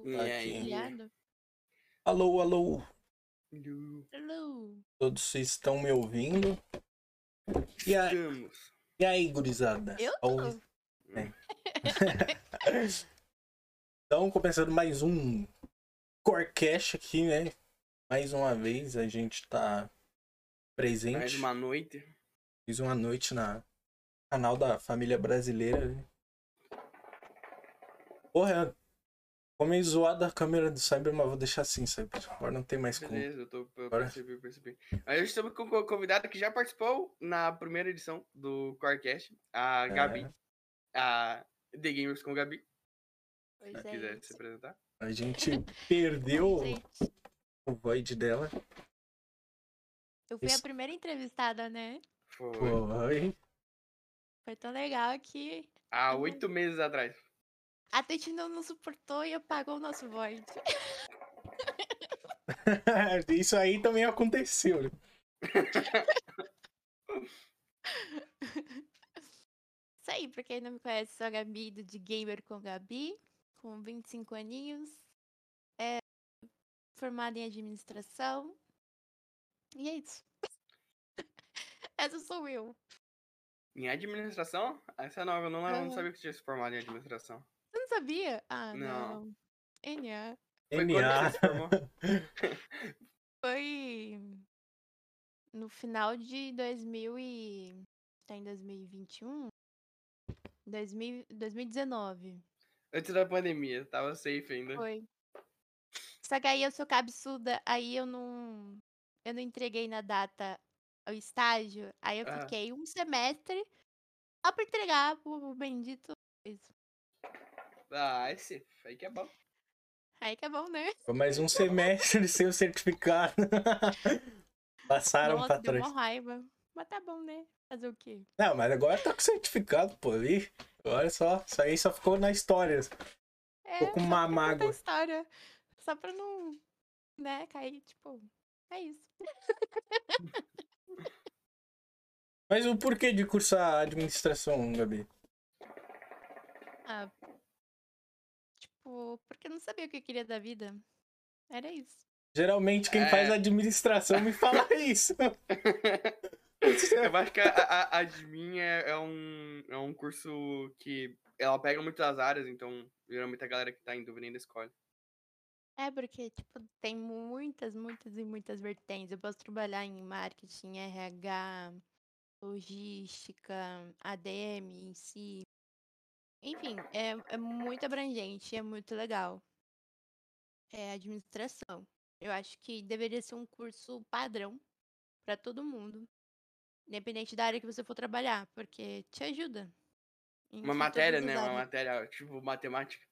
E Tá aí? aqui. Ligado? Alô, alô. Hello. Todos estão me ouvindo? E aí, Estamos. e aí gurizada? Eu Ouve- tô. É. Então, começando mais um Corecast aqui, né? Mais uma vez a gente tá presente. Mais uma noite. Fiz uma noite na canal da família brasileira. Né? Porra, ficou meio zoada a câmera do Cyber, mas vou deixar assim, Cyber. Agora não tem mais como. Beleza, eu Bora. percebi. Aí hoje estamos com uma convidada que já participou na primeira edição do Corecast, a Gabi. A The Gamers com Gabi. Pois Se é. quiser Isso. se apresentar. A gente perdeu Oi, gente. o void dela. Eu fui a Isso. primeira entrevistada, né? Foi. Foi. Foi tão legal que Há 8 meses atrás. a Tati não suportou e apagou o nosso void. Isso aí também aconteceu. Né? Isso aí, pra quem não me conhece, sou a Gabi do De Gamer com Gabi, com 25 aninhos, formada em administração. E é isso. Essa sou eu. Em administração? Essa é nova, eu não sabia que tinha se formado em administração. Você não sabia? Ah, Não. não. NA. Foi quando que você se formou? Foi no final de 2000 e... Tá em 2021? 2019. Antes da pandemia, tava safe ainda. Foi. Só que aí eu sou cabeçuda, aí eu não entreguei na data o estágio, aí eu Ah. fiquei um semestre só pra entregar pro bendito isso. Ah, esse aí que é bom. Aí que é bom, né? Foi mais um semestre sem o certificado. Passaram Nossa, pra deu trás. uma raiva. Mas tá bom, né? Fazer o quê? Não, mas agora tá com certificado, pô. Ali. Olha só, isso aí só ficou na história. Ficou com Só uma pra contar a mágoa. história. Só pra não, né, cair, tipo, é isso. Mas o porquê de cursar administração, Gabi? Ah, tipo, porque eu não sabia o que eu queria da vida. Era isso. Geralmente quem faz administração me fala isso. Eu acho que a admin é um curso que ela pega muitas áreas, então geralmente a galera que tá em dúvida ainda escolhe. É porque, tipo, tem muitas vertentes. Eu posso trabalhar em marketing, RH, logística, ADM em si. Enfim, é muito abrangente, é muito legal. É administração. Eu acho que deveria ser um curso padrão para todo mundo, independente da área que você for trabalhar, porque te ajuda Uma em matéria, todas as né? Uma áreas. matéria tipo matemática.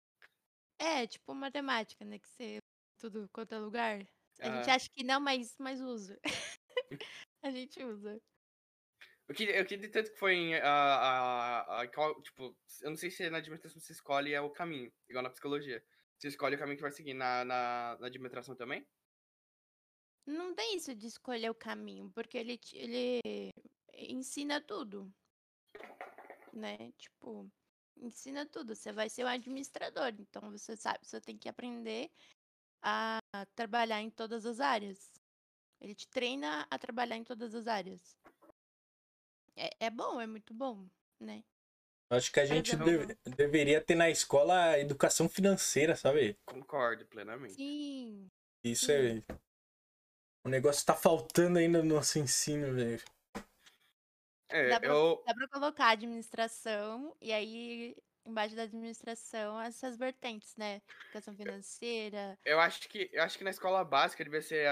É, tipo matemática, né? Que você tudo quanto é lugar. A gente Ah, acha que não, mas usa. A gente usa. eu queria tanto que foi em tipo, eu não sei se na administração você escolhe o caminho, igual na psicologia. Você escolhe o caminho que vai seguir na administração também? Não tem isso de escolher o caminho, porque ele ensina tudo, né? Tipo, ensina tudo. Você vai ser um administrador, então você sabe, você tem que aprender a trabalhar em todas as áreas. Ele te treina a trabalhar em todas as áreas. É bom, é muito bom, né? Acho que a Por gente exemplo, deveria ter na escola educação financeira, sabe? Concordo plenamente. sim, Isso sim. é. O negócio tá faltando ainda no nosso ensino, velho. Dá pra, Eu, dá pra colocar administração e aí embaixo da administração essas vertentes, né? Educação financeira. eu acho que na escola básica devia ser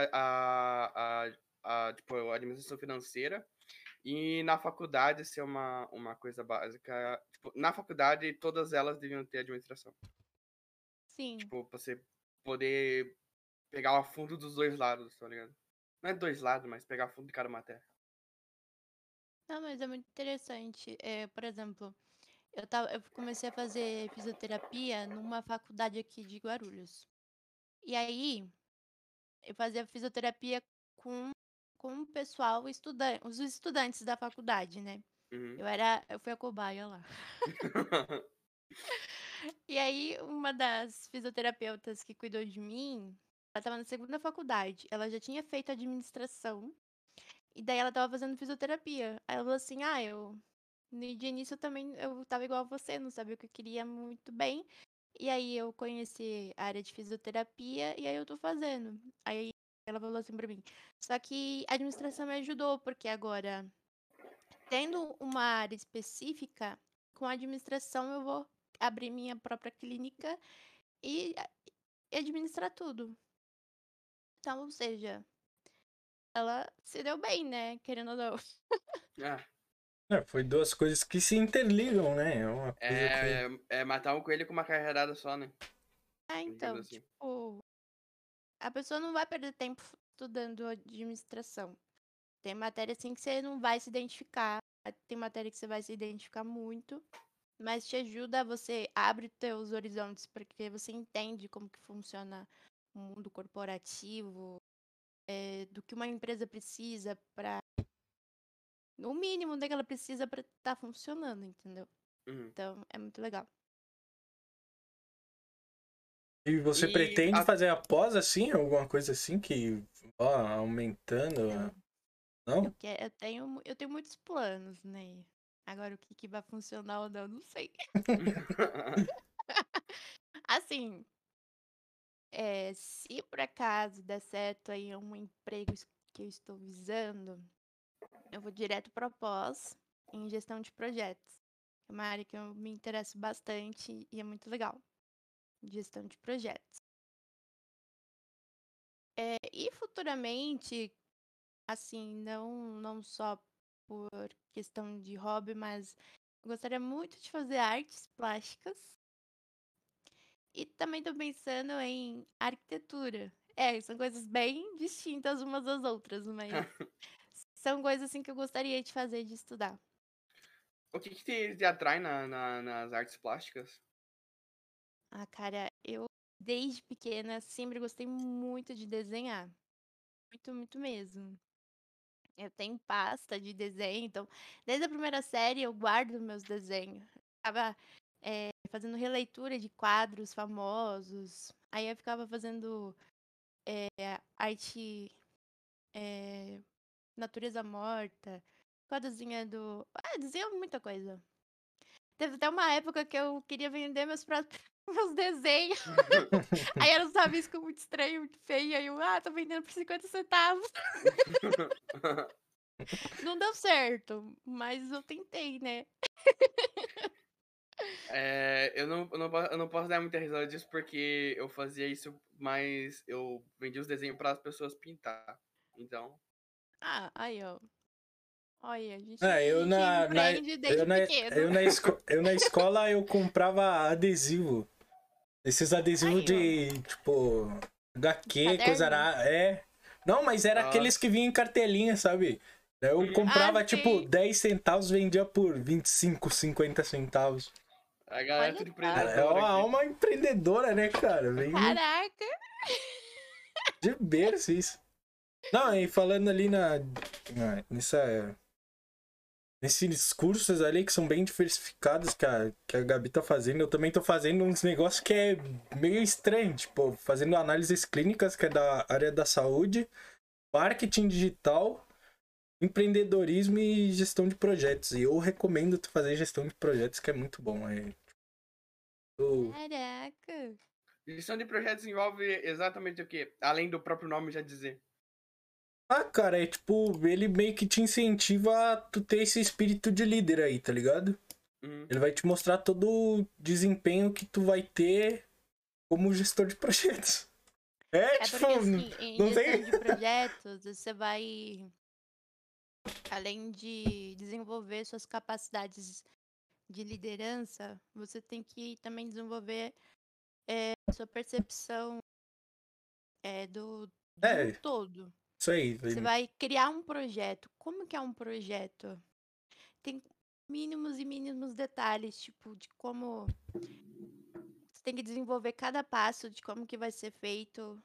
tipo, a administração financeira. E na faculdade ser uma coisa básica. Tipo, na faculdade, todas elas deviam ter administração. Sim. Tipo, pra você poder pegar o fundo dos dois lados, tá ligado? Não é dois lados, mas pegar o fundo de cada matéria. Não, mas é muito interessante. Por exemplo, eu comecei a fazer fisioterapia numa faculdade aqui de Guarulhos. E aí, eu fazia fisioterapia com, com o pessoal, os estudantes da faculdade, né? Uhum. Eu fui a cobaia lá. E aí, uma das fisioterapeutas que cuidou de mim, ela estava na segunda faculdade. Ela já tinha feito administração. E daí ela estava fazendo fisioterapia. Aí ela falou assim: ah, de início eu também eu tava igual a você, não sabia o que eu queria muito bem. E aí eu conheci a área de fisioterapia e aí eu tô fazendo. Aí ela falou assim pra mim. Só que a administração me ajudou, porque agora, tendo uma área específica, com a administração eu vou abrir minha própria clínica e administrar tudo. Então, ou seja, ela se deu bem, né? Querendo ou não. Ah, Foi duas coisas que se interligam, né? É uma coisa que. é matar um coelho com uma carreirada só, né? Digamos Então, assim. tipo, a pessoa não vai perder tempo estudando administração. Tem matéria assim que você não vai se identificar, tem matéria que você vai se identificar muito, mas te ajuda, você abre teus horizontes, porque você entende como que funciona o mundo corporativo, do que uma empresa precisa para, no mínimo, né, que ela precisa para estar funcionando, entendeu? Uhum. Então, é muito legal. E você E pretende fazer após assim, alguma coisa assim que ó, aumentando? Não, Não? eu tenho muitos planos, né? Agora, o que que vai funcionar ou não sei. Assim, se por acaso der certo aí um emprego que eu estou visando, eu vou direto para pós em gestão de projetos. É uma área que eu me interesso bastante e é muito legal. Gestão de projetos. E futuramente, assim, não só por questão de hobby, mas eu gostaria muito de fazer artes plásticas. E também tô pensando em arquitetura. São coisas bem distintas umas das outras, mas são coisas assim que eu gostaria de fazer, de estudar. O que te atrai nas artes plásticas? Ah, cara, eu desde pequena sempre gostei muito de desenhar. Muito, muito mesmo. Eu tenho pasta de desenho, então, desde a primeira série eu guardo meus desenhos. Ficava fazendo releitura de quadros famosos. Aí eu ficava fazendo arte, natureza morta, quadrozinha do. Ah, desenho muita coisa. Teve até uma época que eu queria vender meus próprios meus desenhos. Aí era uns rabiscos muito estranho, muito feio. Aí eu, tô vendendo por 50 centavos. Não deu certo, mas eu tentei, né? Eu não posso dar muita risada disso porque eu fazia isso, mas eu vendia os desenhos para as pessoas pintar. Então. Aí, ó. Olha, a gente, Ah, a gente empreende desde pequeno. eu na escola eu comprava adesivo. Esses adesivos Aí, ó. de, tipo, De HQ, coisa caderno? arada. Não, mas era aqueles que Nossa. vinham em cartelinha, sabe? Daí eu Ah, comprava, tipo, sei. 10 centavos, vendia por 25, 50 centavos. A galera é Olha tudo só. Cara, é empreendedora uma aqui. alma empreendedora, né, cara? Vem Caraca. de berço isso. Não, e falando ali nesses cursos ali que são bem diversificados que a Gabi tá fazendo, eu também tô fazendo uns negócios que é meio estranho, tipo, fazendo análises clínicas, que é da área da saúde, marketing digital, empreendedorismo e gestão de projetos. E eu recomendo tu fazer gestão de projetos, que é muito bom. Caraca. Gestão de projetos envolve exatamente o quê? Além do próprio nome já dizer. Ah, cara, é tipo, ele meio que te incentiva a tu ter esse espírito de líder aí, tá ligado? Uhum. Ele vai te mostrar todo o desempenho que tu vai ter como gestor de projetos. É Tipo, porque, assim, em não gestão tem. de projetos, você vai, além de desenvolver suas capacidades de liderança, você tem que também desenvolver sua percepção de um É, todo. isso aí. Você vai criar um projeto. Como que é um projeto? Tem mínimos e mínimos detalhes, tipo, de como você tem que desenvolver cada passo de como que vai ser feito.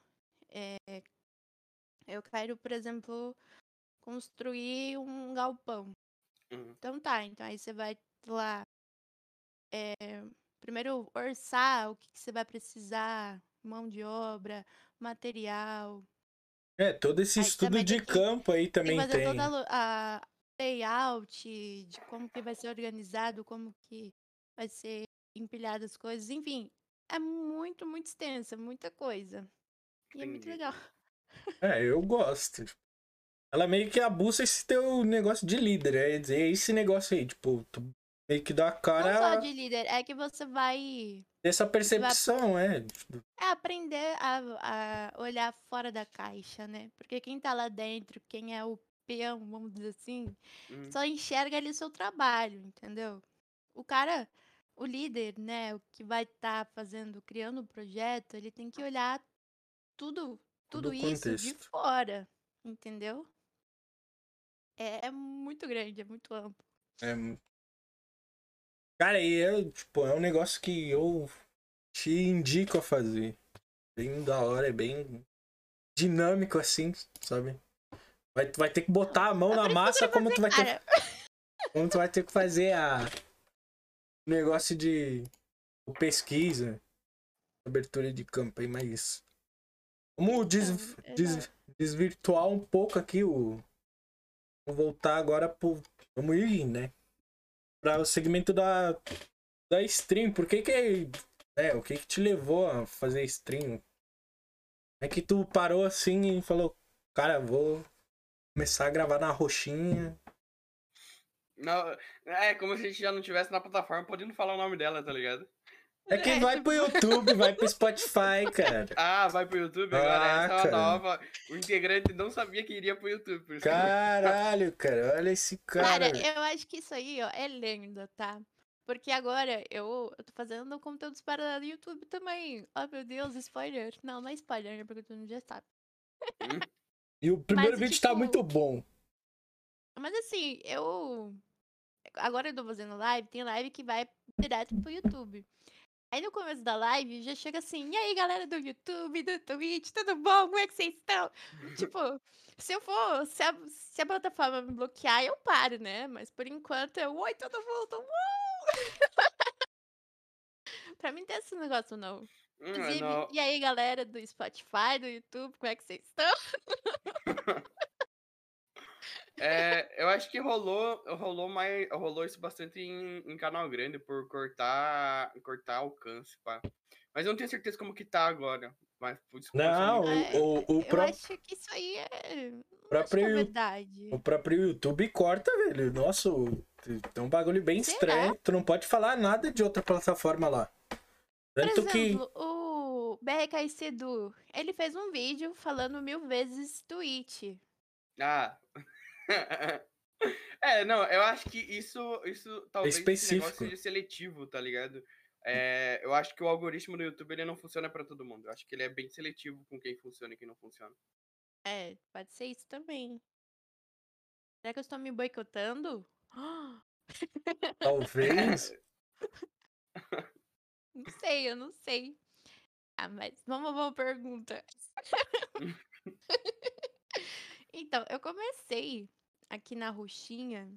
Eu quero, por exemplo, construir um galpão. Uhum. Então tá, então aí você vai lá, primeiro orçar o que você vai precisar, mão de obra, material. Todo esse Aí estudo também de campo aí tem que também fazer toda tem. a layout de como que vai ser organizado, como que vai ser empilhado as coisas, enfim, é muito, muito extensa, muita coisa. E é muito Entendi, legal. entendi. Eu gosto. Ela meio que abusa esse teu negócio de líder, é dizer, esse negócio aí, tipo, tu meio que dá a Não só cara de líder, é que dessa você vai percepção, aprender a olhar fora da caixa, né? Porque quem tá lá dentro, quem é o peão, vamos dizer assim, Hum, só enxerga ali o seu trabalho, entendeu? O cara, o líder, né, o que vai estar fazendo, criando o projeto, ele tem que olhar tudo, do tudo isso de contexto. fora, entendeu? É muito grande, é muito amplo. É, cara, tipo, é um negócio que eu te indico a fazer. Bem da hora, é bem dinâmico assim, sabe? Vai ter que Não, botar a mão é na por isso que eu massa queria como fazer, tu vai ter, cara. como tu vai ter que fazer a negócio de pesquisa, abertura de campo aí, mas vamos Então, desvirtuar um pouco aqui o. Vamos voltar agora pro. Vamos ir, né? Para o segmento da stream. Por que que. O que que te levou a fazer stream? É que tu parou assim e falou, cara, vou começar a gravar na roxinha. Não, é como se a gente já não tivesse na plataforma podendo falar o nome dela, tá ligado? É que é vai tipo, pro YouTube, vai pro Spotify, cara. Ah, vai pro YouTube agora? Ah, Essa é uma cara. nova. O integrante não sabia que iria pro YouTube, por isso que eu... Caralho, cara. Olha esse cara, cara. eu acho que isso aí, ó, é lenda, tá? Porque agora eu tô fazendo conteúdos para o YouTube também. Oh, meu Deus, spoiler. Não, não é spoiler, né? Porque todo mundo já sabe. Hum, E o Mas, primeiro vídeo tá muito tipo, bom. mas assim, agora eu tô fazendo live, tem live que vai direto pro YouTube. Aí no começo da live já chega assim, e aí galera do YouTube, do Twitch, tudo bom? Como é que vocês estão? Tipo, se a plataforma me bloquear, eu paro, né? Mas por enquanto oi, todo mundo, pra mim não tem esse negócio não. Inclusive, não. e aí galera do Spotify, do YouTube, como é que vocês estão? Eu acho que rolou isso bastante em canal grande por cortar alcance, pá. Mas eu não tenho certeza como que tá agora. Mas desculpa só me Não, perguntar. o Eu acho que isso aí não acho que é próprio, o verdade. próprio YouTube corta, velho. Nossa, tem um bagulho bem Será? estranho. Tu não pode falar nada de outra plataforma lá. Por Tanto que. exemplo, o BRK Sedu, ele fez um vídeo falando 1000 vezes tweet. Ah. Não, eu acho que isso É talvez esse negócio específico. seja seletivo, tá ligado? Eu acho que o algoritmo do YouTube ele não funciona pra todo mundo. Eu acho que ele é bem seletivo com quem funciona e quem não funciona. É, pode ser isso também. Será que eu estou me boicotando? Talvez. Não sei, eu não sei. Ah, mas vamos a uma pergunta. Então, eu comecei aqui na Roxinha.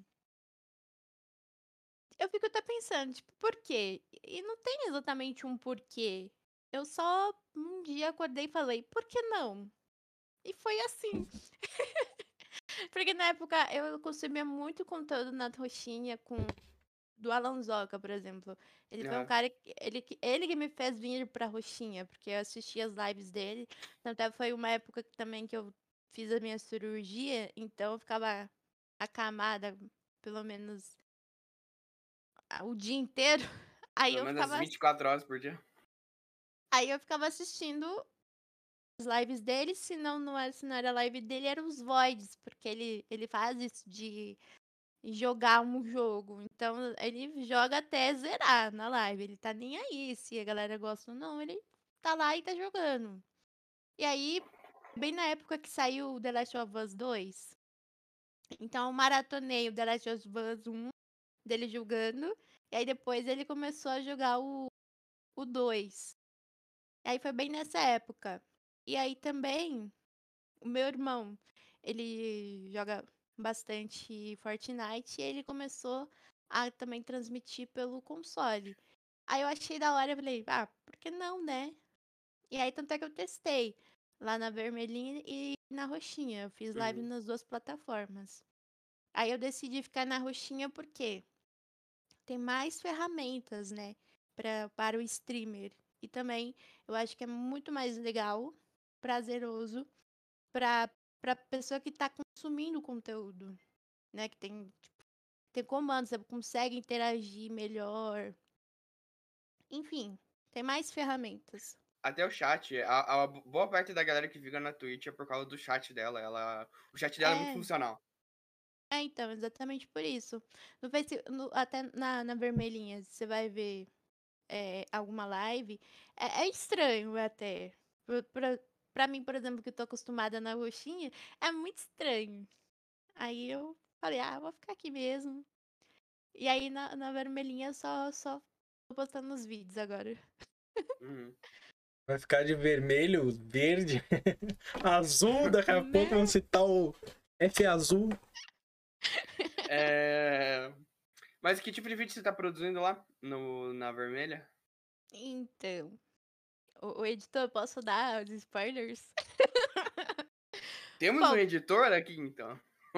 Eu fico até pensando, tipo, por quê? E não tem exatamente um porquê. Eu só um dia acordei e falei, por que não? E foi assim. Porque na época eu consumia muito conteúdo na Roxinha do Alan Zoca, por exemplo. Ele foi um Ah, cara ele que me fez vir pra Roxinha, porque eu assistia as lives dele. Tanto é que foi uma época também que eu fiz a minha cirurgia, então eu ficava acamada pelo menos o dia inteiro. Aí pelo eu menos as ficava 24 horas por dia. aí eu ficava assistindo as lives dele, se não era live dele, eram os voids, porque ele faz isso de jogar um jogo. Então, ele joga até zerar na live. Ele tá nem aí se a galera gosta ou não. Ele tá lá e tá jogando. E aí, bem na época que saiu o The Last of Us 2, então eu maratonei o The Last of Us 1 dele jogando. E aí depois ele começou a jogar o 2. E aí foi bem nessa época. E aí também, o meu irmão, ele joga bastante Fortnite e ele começou a também transmitir pelo console. Aí eu achei da hora, eu falei, por que não, né? E aí, tanto é que eu testei lá na vermelhinha e na roxinha. Eu fiz live Uhum. nas duas plataformas. Aí eu decidi ficar na roxinha porque tem mais ferramentas, né, para o streamer. E também eu acho que é muito mais legal, prazeroso para pessoa que tá consumindo o conteúdo, né, que tem comandos, você consegue interagir melhor. Enfim, tem mais ferramentas. Até o chat, a boa parte da galera que fica na Twitch é por causa do chat dela. O chat dela é muito É, funcional. então, exatamente por isso. No Face, até na vermelhinha, você vai ver alguma live, é estranho até. Pra mim, por exemplo, que tô acostumada na roxinha, é muito estranho. Aí eu falei, vou ficar aqui mesmo. E aí na vermelhinha só tô postando os vídeos agora. Uhum. Vai ficar de vermelho, verde, azul, daqui a pouco vão Né? citar o F azul. É... Mas que tipo de vídeo você tá produzindo lá na vermelha? Então, o editor, posso dar os spoilers? Temos um Bom, editor aqui, então.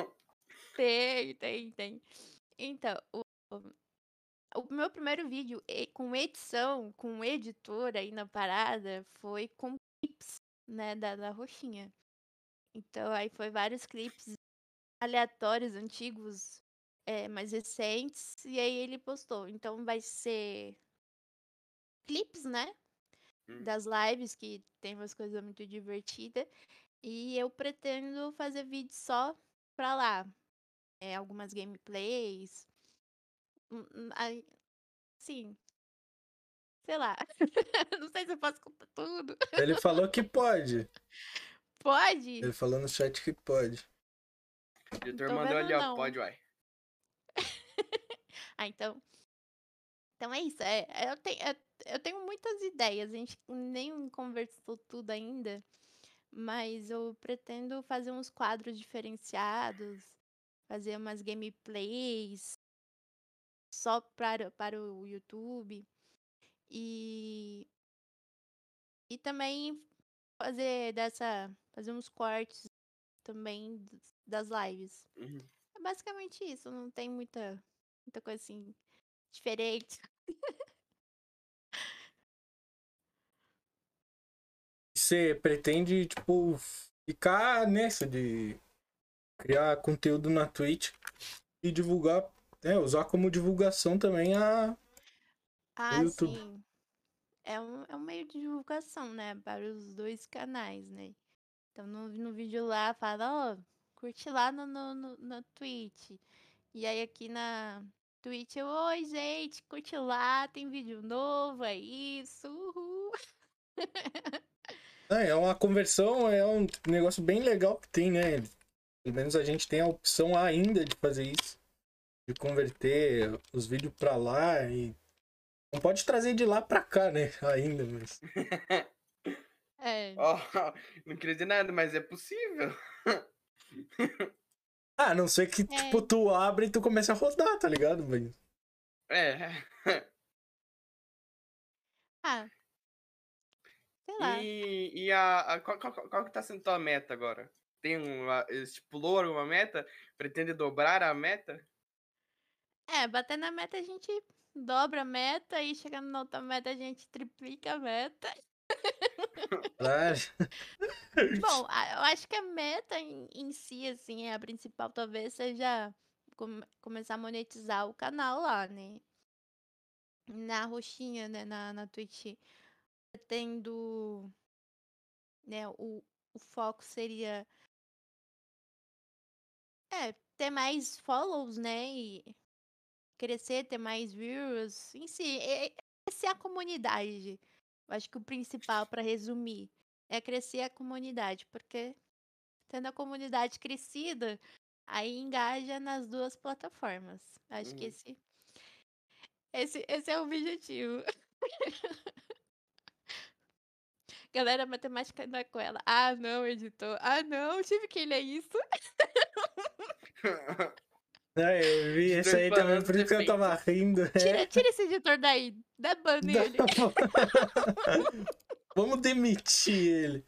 tem. Então, o meu primeiro vídeo com edição, com editor aí na parada, foi com clips, né, da roxinha. Então, aí foi vários clipes aleatórios, antigos, mais recentes, e aí ele postou. Então, vai ser clipes, né, Hum. das lives, que tem umas coisas muito divertidas, e eu pretendo fazer vídeo só pra lá. Algumas gameplays, aí, sim, sei lá. Não sei se eu posso contar tudo. Ele falou que pode. Pode? Ele falou no chat que pode. O Não editor tô mandou vendo, ali, ó. não. Pode, uai. Então. Então é isso. Eu tenho muitas ideias. A gente nem conversou tudo ainda. Mas eu pretendo fazer uns quadros diferenciados. Fazer umas gameplays só para o YouTube. E, e também fazer uns cortes também das lives. Uhum. É basicamente isso. Não tem muita coisa assim diferente. Você pretende, tipo, ficar nessa de criar conteúdo na Twitch e divulgar, usar como divulgação também o Ah, YouTube. sim. É um meio de divulgação, né? Para os dois canais, né? Então no vídeo lá fala, ó, curte lá no Twitch. E aí aqui na Twitch, oi gente, curte lá, tem vídeo novo, é isso, uhul. É uma conversão, é um negócio bem legal que tem, né? Pelo menos a gente tem a opção ainda de fazer isso, de converter os vídeos pra lá e não pode trazer de lá pra cá, né? Ainda, mas É, Ó, não queria dizer nada, mas é possível. a não ser que tipo é, tu abre e tu começa a rodar, tá ligado? Mas É. ah, sei lá. Qual que tá sendo tua meta agora? Estipulou alguma meta? Pretende dobrar a meta? Bater na meta a gente dobra a meta e chegando na outra meta a gente triplica a meta. claro. Bom, eu acho que a meta em si, assim, a principal talvez seja começar a monetizar o canal lá, né? Na roxinha, né? Na Twitch, tendo, né? O foco seria, ter mais follows, né? E crescer, ter mais views. Em si, crescer a comunidade. Eu acho que o principal, para resumir, é crescer a comunidade, porque tendo a comunidade crescida, aí engaja nas duas plataformas. Acho que Uhum. esse é o objetivo. Galera, matemática não é com ela. Ah, não, editor. Ah, não, tive que ler isso. Eu vi esse aí também, Explanando por isso que eu tava defeitos. rindo. Tira esse editor daí. Dá ban nele. Vamos demitir ele.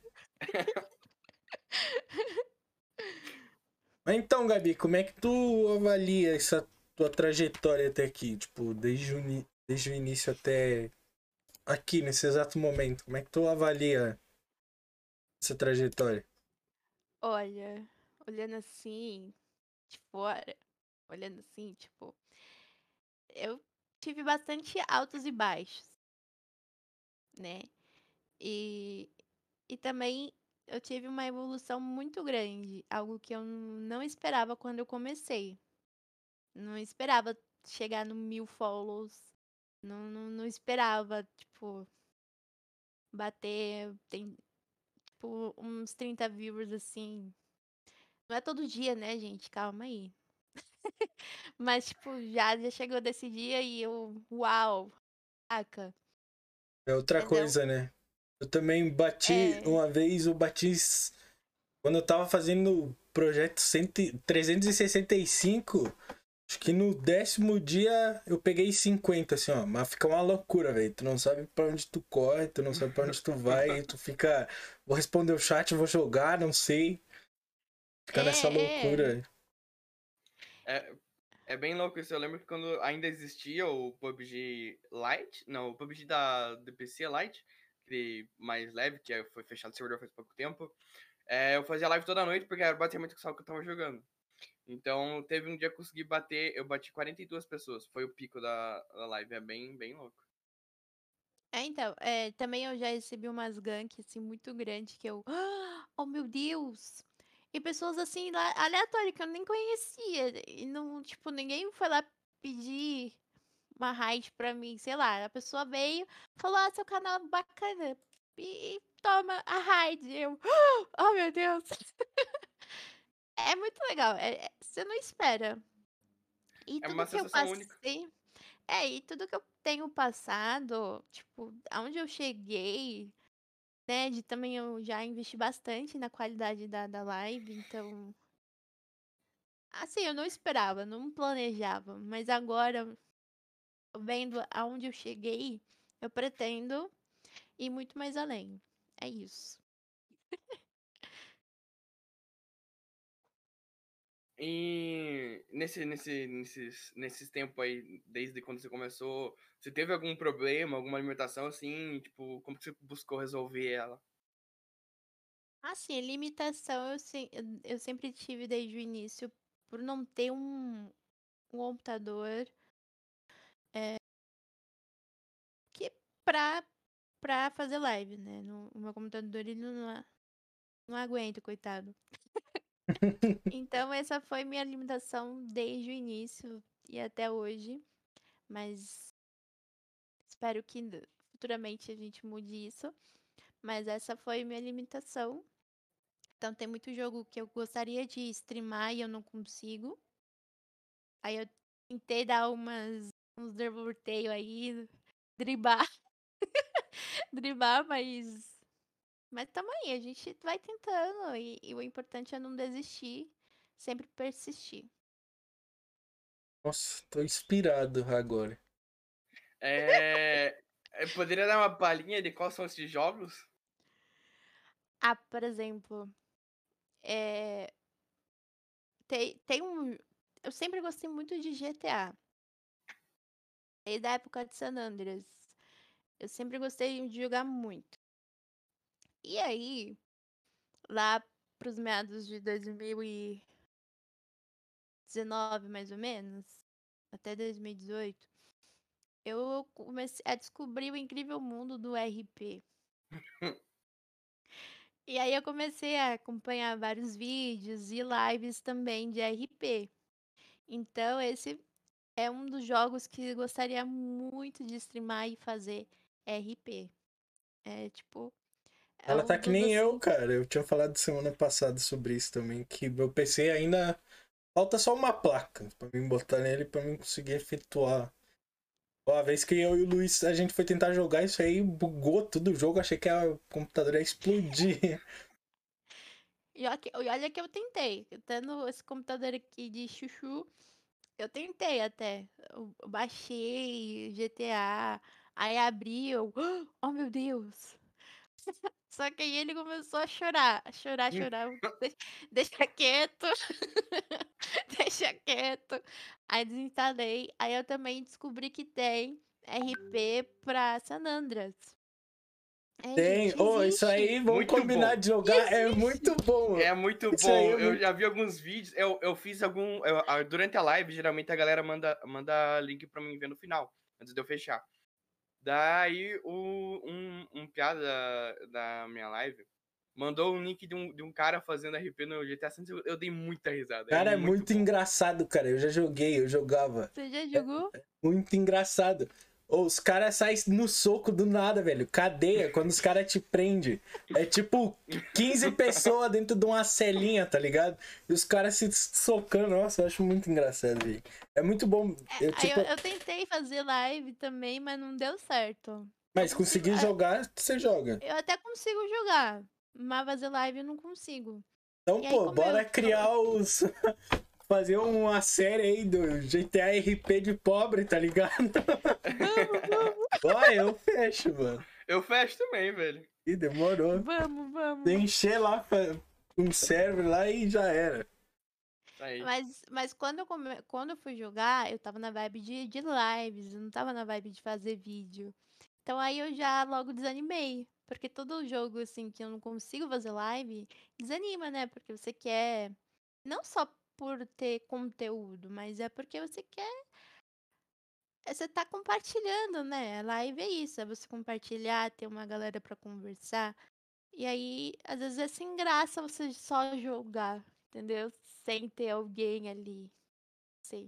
Mas então, Gabi, como é que tu avalia essa tua trajetória até aqui? Tipo, desde o início até aqui, nesse exato momento. Como é que tu avalia essa trajetória? Olha, olhando assim, de fora, olhando assim, tipo, eu tive bastante altos e baixos, né? E, e também eu tive uma evolução muito grande, algo que eu não esperava quando eu comecei. Não esperava chegar no 1.000 follows. Não esperava, tipo, bater, tem, tipo, uns 30 viewers assim. Não é todo dia, né, gente? Calma aí. Mas, tipo, já chegou desse dia e eu, uau, saca? É outra Entendeu? coisa, né? Eu também bati, É, uma vez eu bati quando eu tava fazendo o projeto 365, acho que no 10º dia eu peguei 50, assim, ó. Mas fica uma loucura, velho. Tu não sabe pra onde tu corre, tu não sabe pra onde tu vai, tu fica. Vou responder o chat, vou jogar, não sei. Fica nessa é. loucura. É, é bem louco isso. Eu lembro que quando ainda existia o PUBG Lite, não, o PUBG do PC Lite, aquele mais leve, foi fechado o servidor faz pouco tempo. Eu fazia live toda noite porque era basicamente só o que eu tava jogando. Então, teve um dia que eu consegui bater, eu bati 42 pessoas. Foi o pico da live. É bem, bem louco. Então, também eu já recebi umas ganks, assim, muito grandes que eu, oh meu Deus! E pessoas, assim, lá, aleatórias que eu nem conhecia. E não, tipo, ninguém foi lá pedir uma raid pra mim, sei lá. A pessoa veio, falou, seu canal é bacana. E toma a raid. Eu, oh meu Deus! É muito legal. Você não espera. E É tudo uma que eu sensação única. passei. E tudo que eu tenho passado, tipo, aonde eu cheguei, né? De também eu já investi bastante na qualidade da live, então. Assim, eu não esperava, não planejava, mas agora, vendo aonde eu cheguei, eu pretendo ir muito mais além. É isso. E nesses tempos aí, desde quando você começou, você teve algum problema, alguma limitação assim? Tipo, como que você buscou resolver ela? Assim, limitação eu sempre tive desde o início por não ter um computador que pra, pra fazer live, né? O meu computador ele não aguenta, coitado. Então, essa foi minha limitação desde o início e até hoje. Mas espero que futuramente a gente mude isso. Mas essa foi minha limitação. Então, tem muito jogo que eu gostaria de streamar e eu não consigo. Aí eu tentei dar uns dervorteio aí, driblar, driblar, mas tamo aí, a gente vai tentando. E o importante é não desistir, sempre persistir. Nossa, tô inspirado agora. Poderia dar uma palhinha de quais são esses jogos? Ah, por exemplo, é, tem um. Eu sempre gostei muito de GTA, desde a época de San Andreas. Eu sempre gostei de jogar muito. E aí, lá pros meados de 2019, mais ou menos, até 2018, eu comecei a descobrir o incrível mundo do RP. E aí eu comecei a acompanhar vários vídeos e lives também de RP. Então, esse é um dos jogos que eu gostaria muito de streamar e fazer RP. É tipo, é Ela um tá que dos nem eu, assim. cara. Eu tinha falado semana passada sobre isso também, que meu PC ainda falta só uma placa pra mim botar nele pra mim conseguir efetuar. Ó, a vez que eu e o Luiz a gente foi tentar jogar isso aí, bugou tudo o jogo, achei que o computador ia explodir. E olha que eu tentei. Eu tendo esse computador aqui de chuchu, Eu tentei até. Eu baixei GTA, aí abriu. Oh, meu Deus! Só que aí ele começou a chorar, a chorar, chorar. Deixa quieto, deixa quieto. Aí desinstalei. Aí eu também descobri que tem RP pra San Andreas. É, Tem. gente, Ô, isso existe. aí, vamos Muito combinar bom. de jogar. É muito Existe. bom, mano. É muito Isso aí bom. é Eu muito. já vi alguns vídeos. Eu fiz durante a live, geralmente a galera manda link pra mim ver no final, antes de eu fechar. Daí um piada da minha live mandou um link de um cara fazendo RP no GTA V. Eu dei muita risada. É Cara, é muito muito bom. engraçado, cara. Eu já joguei, eu jogava. Você já jogou? Muito engraçado. Ô, os caras saem no soco do nada, velho. Cadeia, quando os caras te prendem. É tipo 15 pessoas dentro de uma celinha, tá ligado? E os caras se socando. Nossa, eu acho muito engraçado, velho. É muito bom. Eu, Aí tipo, eu tentei fazer live também, mas não deu certo. mas Eu consigo, conseguir jogar, você joga. eu até consigo jogar, mas fazer live eu não consigo. Então, E aí, pô, como eu bora criar os. Fazer uma série aí do GTA RP de pobre, tá ligado? Vamos, Vai, eu fecho, mano. Eu fecho também, velho. Ih, demorou. vamos. Encher lá um server lá e já era. Aí. Mas quando eu fui jogar, eu tava na vibe de lives, eu não tava na vibe de fazer vídeo. Então aí eu já logo desanimei. Porque todo jogo, assim, que eu não consigo fazer live, desanima, né? Porque você quer. Não só por ter conteúdo, mas é porque você quer. Você tá compartilhando, né? A live é isso, é você compartilhar, ter uma galera pra conversar. E aí, às vezes é sem graça você só jogar, entendeu? Sem ter alguém ali. Sei.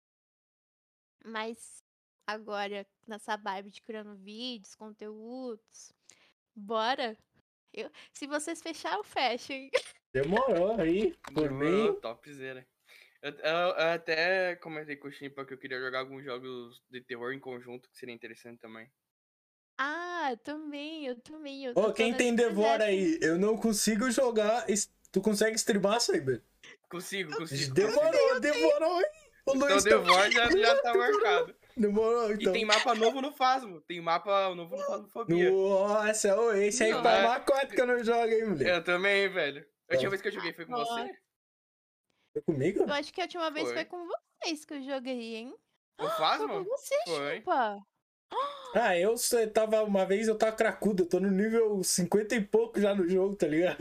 Mas agora, nessa vibe de criando vídeos, conteúdos, bora! Se vocês fechar, eu fecho, hein? Demorou aí, por Demorou, mim. topzera. Eu até comentei com o Chimpa que eu queria jogar alguns jogos de terror em conjunto, que seria interessante também. Ah, eu também. Eu Ô, tô quem nesse tem Devora projeto. aí? Eu não consigo jogar. Tu consegue streamar, Cyber? Consigo. Demorou aí. O Então Luiz The Void já tá marcado. Demorou, E então. tem mapa novo no Phasmo. Tem mapa novo no Phasmophobia. Nossa, ô, esse aí Não, faz é? mais 4 que eu não jogo, hein, moleque. Eu também, velho. A última vez que eu joguei foi com Nossa. você? Foi comigo? Eu acho que a última vez Foi. foi com vocês que eu joguei, hein? O Foi com Phasmo? você, Foi. Chupa! Ah, tava uma vez, eu tava cracudo, eu tô no nível 50 e pouco já no jogo, tá ligado?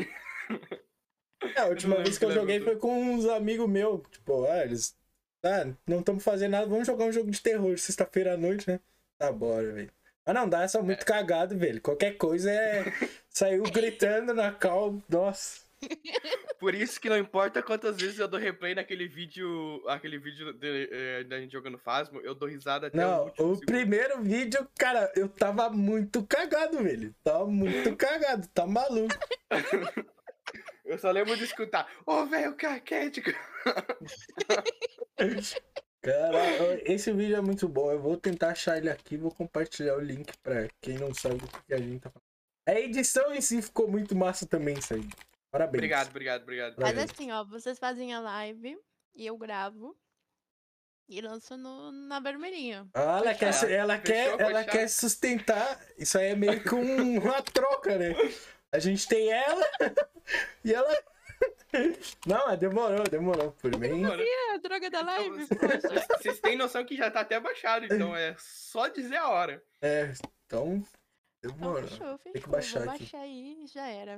A última vez que eu joguei foi com uns amigos meus, tipo, eles. Ah, não estamos fazendo nada, vamos jogar um jogo de terror sexta-feira à noite, né? Tá, bora, velho. Mas não dá, são muito cagado, velho. Qualquer coisa é. Saiu gritando na cal, nossa. Por isso que não importa quantas vezes eu dou replay naquele vídeo. Da gente jogando Phasmo, eu dou risada até o Não, último o segundo. primeiro vídeo, cara, eu tava muito cagado, velho. Tava muito cagado, tá maluco. Eu só lembro de escutar. Ô, velho, caquético. Cara, esse vídeo é muito bom. Eu vou tentar achar ele aqui, vou compartilhar o link pra quem não sabe do que a gente tá falando. A edição em si ficou muito massa também, isso aí. Parabéns. Obrigado. Mas Parabéns. assim, ó, vocês fazem a live e eu gravo e lanço na vermelhinha. Ah, ela Fechou. quer sustentar. Isso aí é meio que uma troca, né? A gente tem ela e ela. Não, mas demorou por mim. Demorou. A droga da live, Então, poxa. vocês têm noção que já tá até baixado, então é só dizer a hora. É, então. Então Demorou. fechou. Tem que baixar Vou aqui. baixar aí e já era.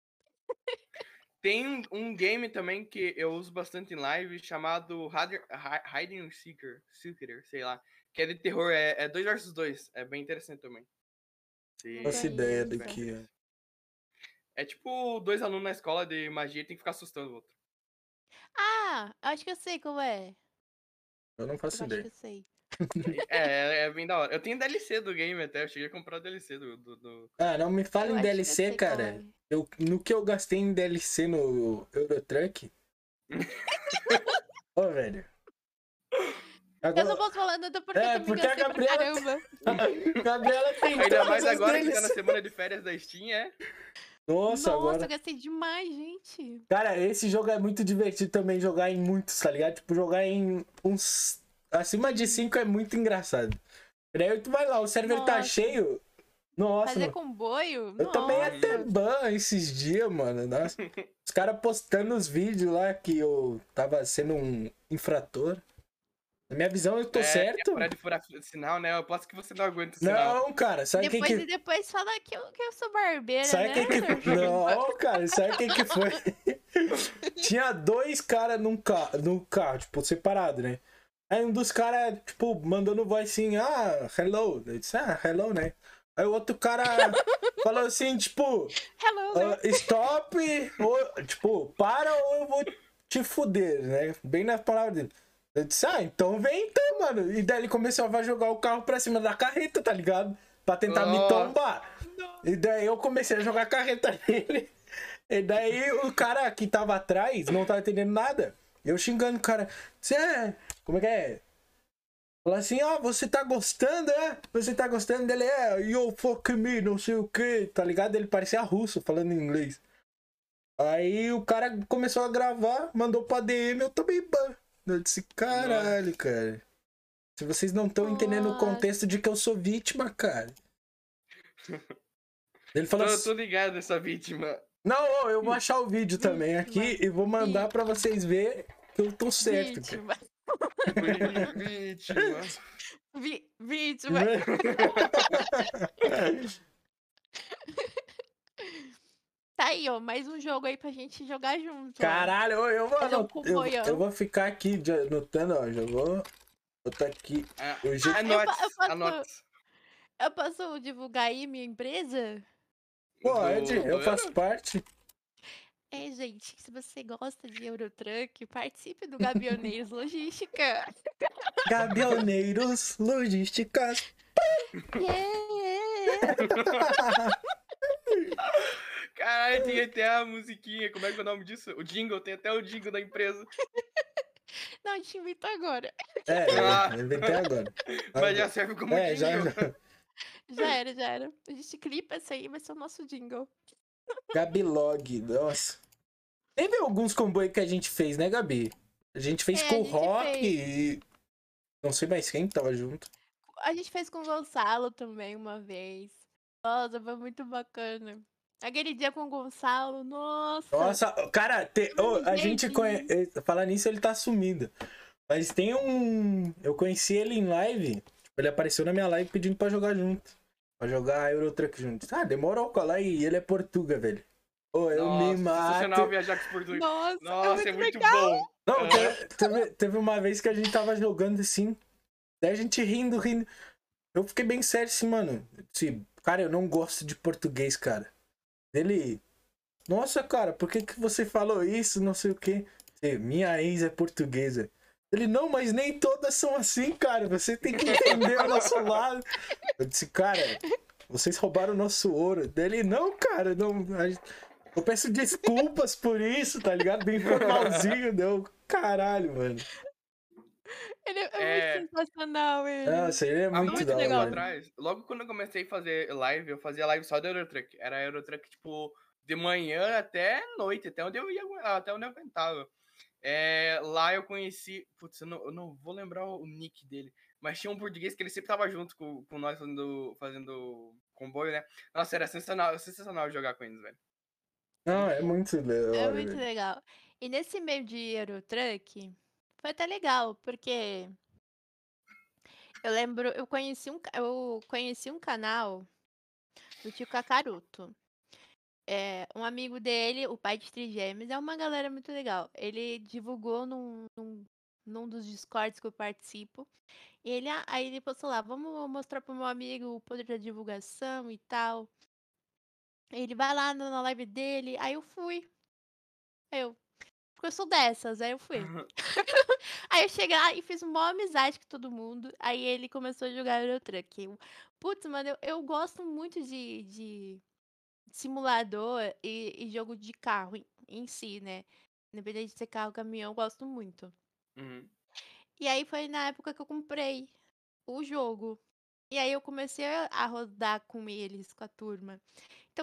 Tem um game também que eu uso bastante em live chamado Hide and Seeker, sei lá. Que é de terror, é 2 versus 2. É bem interessante também. Não Nossa ideia conheço. daqui, ó. É tipo 2 alunos na escola de magia e tem que ficar assustando o outro. Ah, acho que eu sei qual é. Eu não Eu faço acho que ideia. eu sei. É bem da hora. Eu tenho DLC do game até, eu cheguei a comprar o DLC do... Ah, não me fala Eu em acho que eu DLC, sei qual cara. é. No que eu gastei em DLC no Eurotruck. Ô, velho. Eu não posso falar nada porque eu também porque a gastei pra Gabriela. caramba. Gabriela tem Ainda todas mais as agora que tá na DLC. semana de férias da Steam, é? Nossa, Nossa, agora. eu gostei demais, gente. Cara, esse jogo é muito divertido também jogar em muitos, tá ligado? Tipo, jogar em uns. Acima de 5 é muito engraçado. Daí tu vai lá, o server tá Nossa. cheio. Nossa, Fazer mano. comboio? Eu tomei até Nossa. ban esses dias, mano. Nossa. Os caras postando os vídeos lá que eu tava sendo um infrator. Na minha visão, eu tô certo? Parar de furar sinal, né? Eu aposto que você não aguenta o sinal. Não, cara, sabe o que que. Depois fala que eu sou barbeira, Sabe né? quem que. Sr. Não, cara, sabe quem que foi? Tinha dois caras no carro, tipo, separado, né? Aí um dos caras, tipo, mandando voz assim, hello. Eu disse, hello, né? Aí o outro cara falou assim, tipo, Hello, né? stop, ou, tipo, para ou eu vou te fuder, né? Bem nas palavras dele. Eu disse, então vem então, mano. E daí ele começou a jogar o carro pra cima da carreta, tá ligado? Pra tentar me Nossa. tombar. E daí eu comecei a jogar a carreta nele. E daí o cara que tava atrás não tava entendendo nada. Eu xingando o cara. Como é que é? Fala assim, você tá gostando, é? Você tá gostando dele? You fuck me, não sei o que, tá ligado? Ele parecia russo falando em inglês. Aí o cara começou a gravar, mandou pra DM, eu tomei ban. Eu disse, caralho, cara. Se vocês não estão entendendo o contexto de que eu sou vítima, cara. Ele falou assim, Tô ligado nessa vítima. não, eu vou achar o vídeo também aqui e vou mandar pra vocês verem que eu tô certo, cara. Vítima. Vítima. Tá aí, ó, mais um jogo aí pra gente jogar junto. Caralho, eu vou Fazer um anotar. comboião. Eu vou ficar aqui anotando, ó. Já vou botar aqui. Eu posso divulgar aí minha empresa? Pode, eu faço parte. Gente, se você gosta de Eurotruck, participe do Gabioneiros Logística. Gabioneiros Logísticas. Yeah! Caralho, tem até a musiquinha. Como é que é o nome disso? O jingle, tem até o jingle da empresa. Não, a gente inventou agora. Eu inventei agora. Mas já serve como jingle. Já era. A gente clipa essa aí, vai ser o nosso jingle. Gabilog, nossa. Teve alguns comboios que a gente fez, né, Gabi? A gente fez com o Rock e... Não sei mais quem tava junto. A gente fez com o Gonçalo também uma vez. Nossa, foi muito bacana. Aquele dia com o Gonçalo, nossa. Nossa, cara, a gente conhece. Falar nisso, ele tá sumido. Mas tem um. Eu conheci ele em live. Tipo, ele apareceu na minha live pedindo pra jogar junto. Pra jogar Eurotruck junto. Demorou colar e ele é Portuga, velho. Eu me mato. Sensacional viajar com os portugueses. Nossa, é muito bom. Não, teve uma vez que a gente tava jogando assim. Daí a gente rindo. Eu fiquei bem sério assim, mano. Cara, eu não gosto de português, cara. Ele. Nossa, cara, por que você falou isso? Não sei o quê. Minha ex é portuguesa. Ele, não, mas nem todas são assim, cara. Você tem que entender o nosso lado. Eu disse, cara, vocês roubaram o nosso ouro. Ele, não, cara, não. Eu peço desculpas por isso, tá ligado? Bem formalzinho, deu. Caralho, mano. Ele é muito sensacional, ele. Nossa, ele é muito da hora. Legal atrás. Logo quando eu comecei a fazer live, eu fazia live só do Eurotruck. Era Eurotruck, tipo, de manhã até noite, até onde eu aguentava. Lá eu conheci. Putz, eu não vou lembrar o nick dele. Mas tinha um português que ele sempre tava junto com nós fazendo comboio, né? Nossa, era sensacional jogar com eles, velho. Não, é muito legal. É muito legal. E nesse meio de Eurotruck, foi até legal, porque eu lembro, eu conheci um canal do tio Kakaruto. Um amigo dele, o pai de Trigêmeos, é uma galera muito legal. Ele divulgou num dos Discords que eu participo. E aí ele postou lá, vamos mostrar pro meu amigo o poder da divulgação e tal. Ele vai lá na live dele, aí eu fui. Porque eu sou dessas, aí eu fui. Aí eu cheguei lá e fiz uma amizade com todo mundo. Aí ele começou a jogar Eurotruck. Putz, mano, eu gosto muito de simulador e jogo de carro em si, né? Independente de ser carro ou caminhão, eu gosto muito. Uhum. E aí foi na época que eu comprei o jogo. E aí eu comecei a rodar com eles, com a turma. Então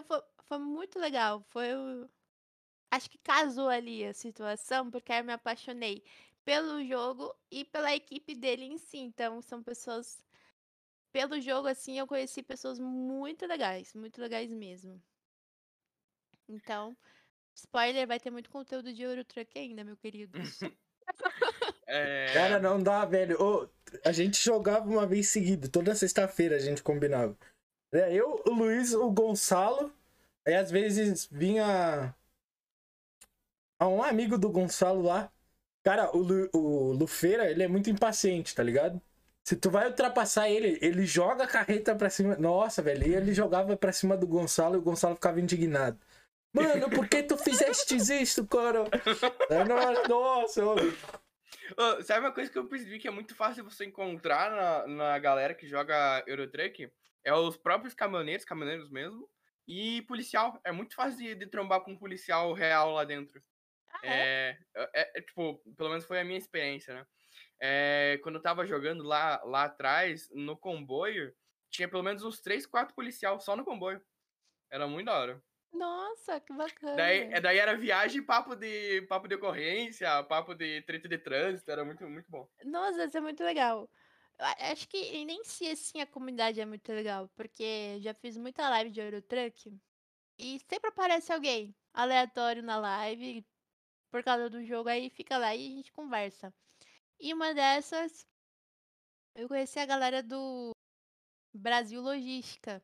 foi muito legal. Acho que casou ali a situação, porque aí eu me apaixonei pelo jogo e pela equipe dele em si. Então, são pessoas. Pelo jogo, assim, eu conheci pessoas muito legais mesmo. Então, spoiler, vai ter muito conteúdo de Eurotruck ainda, meu queridos. É, Cara, não dá, velho. Ô, a gente jogava uma vez seguida, toda sexta-feira a gente combinava. Eu, o Luiz, o Gonçalo, aí às vezes vinha um amigo do Gonçalo lá. Cara, o Lufeira, ele é muito impaciente, tá ligado? Se tu vai ultrapassar ele, ele joga a carreta pra cima. Nossa, velho, e ele jogava pra cima do Gonçalo e o Gonçalo ficava indignado. Mano, por que tu fizeste isso, cara? Nossa, ô. Ô, sabe uma coisa que eu percebi que é muito fácil você encontrar na galera que joga Eurotruck? É os próprios caminhoneiros mesmo, e policial. É muito fácil de trombar com um policial real lá dentro. Ah, é? Tipo, pelo menos foi a minha experiência, né? Quando eu tava jogando lá atrás, no comboio, tinha pelo menos uns 3, 4 policial só no comboio. Era muito da hora. Nossa, que Daí, bacana. daí era viagem, papo de ocorrência, papo de treta de trânsito, era muito, muito bom. Nossa, isso é muito legal. Acho que nem se assim a comunidade é muito legal, porque já fiz muita live de Eurotruck e sempre aparece alguém aleatório na live por causa do jogo, aí fica lá e a gente conversa. E uma dessas, eu conheci a galera do Brasil Logística.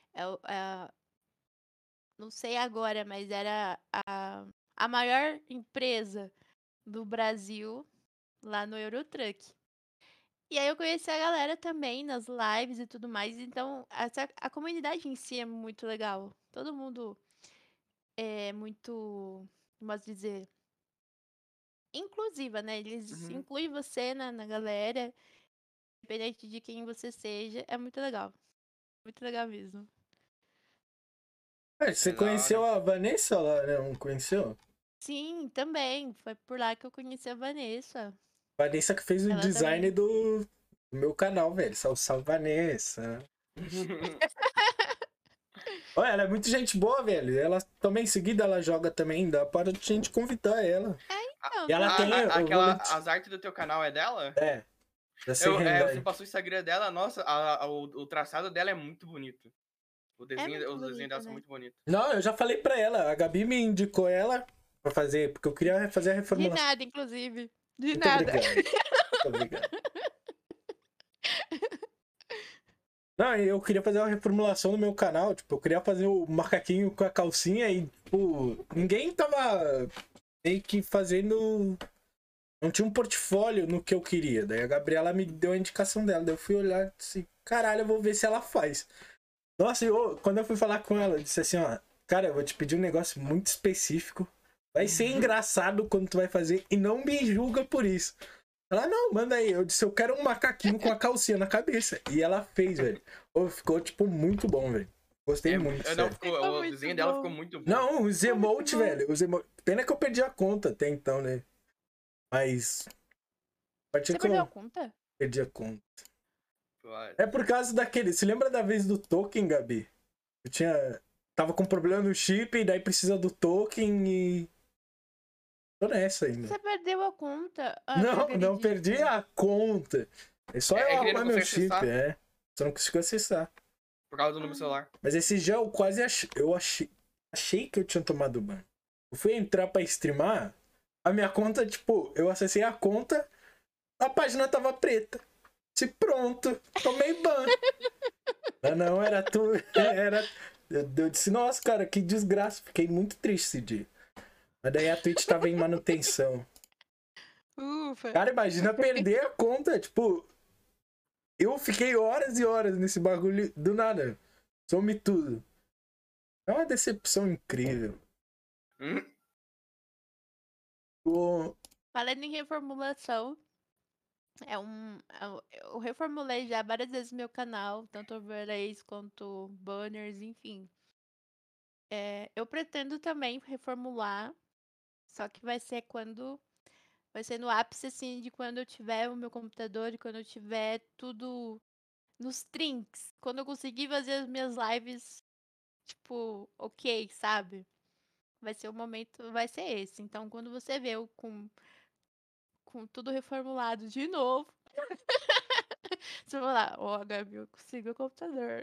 Não sei agora, mas era a maior empresa do Brasil lá no Eurotruck. E aí eu conheci a galera também nas lives e tudo mais. Então, a comunidade em si é muito legal. Todo mundo é muito, como posso dizer, inclusiva, né? Eles Uhum. incluem você na galera, independente de quem você seja. É muito legal. Muito legal mesmo. Você É da conheceu hora. a Vanessa lá, né? Não conheceu? Sim, também. Foi por lá que eu conheci a Vanessa. Vanessa que fez o Ela design também. do meu canal, velho. Salve, salve, Vanessa. Olha, ela é muito gente boa, velho. Ela também, em seguida, ela joga também. Dá para a gente convidar ela. Então, E ela tem, eu vou As artes do teu canal é dela? É, da Serrenda Você aí. passou o Instagram dela, nossa, o traçado dela é muito bonito. é muito Os desenhos dela bonita, são né? muito bonitos. Não, eu já falei pra ela. A Gabi me indicou ela pra fazer, porque eu queria fazer a De reformulação. nada, inclusive. De Muito nada. obrigado. Muito obrigado. Não, eu queria fazer uma reformulação no meu canal. Tipo, eu queria fazer o macaquinho com a calcinha e, tipo, ninguém tava meio que fazendo. Não tinha um portfólio no que eu queria. Daí a Gabriela me deu a indicação dela. Daí eu fui olhar assim, caralho, eu vou ver se ela faz. Nossa, quando eu fui falar com ela, eu disse assim, ó, cara, eu vou te pedir um negócio muito específico. Vai ser engraçado quando tu vai fazer e não me julga por isso. Ela, não, manda aí. Eu disse, eu quero um macaquinho com a calcinha na cabeça. E ela fez, velho. Ficou, tipo, muito bom, velho. Gostei muito, Não, sério. Ficou o muito desenho dela ficou bom. muito bom. Não, os Ficou muito emotes, bom. velho. Pena que eu perdi a conta até então, né? Mas. A partir Você que perdeu a eu conta? perdi a conta. Claro. É por causa daquele. Se lembra da vez do token, Gabi? Eu tinha. Tava com problema no chip, e daí precisa do token e. Tô nessa ainda. Você perdeu a conta? Ah, não Não acredito. perdi a conta. É só eu É que ele não arrumar meu consegue chip, acessar é. Só não consigo acessar. por causa do número celular. Mas esse dia eu quase achei que eu tinha tomado banho. Eu fui entrar pra streamar, a minha conta, tipo, eu acessei a conta, a página tava preta. Disse, pronto, tomei ban. Não, era tu. Era. Eu disse, nossa, cara, que desgraça. Fiquei muito triste esse dia. Mas daí a Twitch tava em manutenção. Ufa. Cara, imagina perder a conta. Tipo, eu fiquei horas e horas nesse bagulho do nada. Some tudo. É uma decepção incrível. Hum? Falando em reformulação, eu reformulei já várias vezes meu canal, tanto overlays quanto banners, enfim. Eu pretendo também reformular, só que vai ser no ápice, assim, de quando eu tiver o meu computador e quando eu tiver tudo nos trinks. Quando eu conseguir fazer as minhas lives, tipo, ok, sabe? Vai ser o momento, vai ser esse. Então, quando você vê com tudo reformulado de novo, você vai lá, ó, Gabi, eu consigo o computador.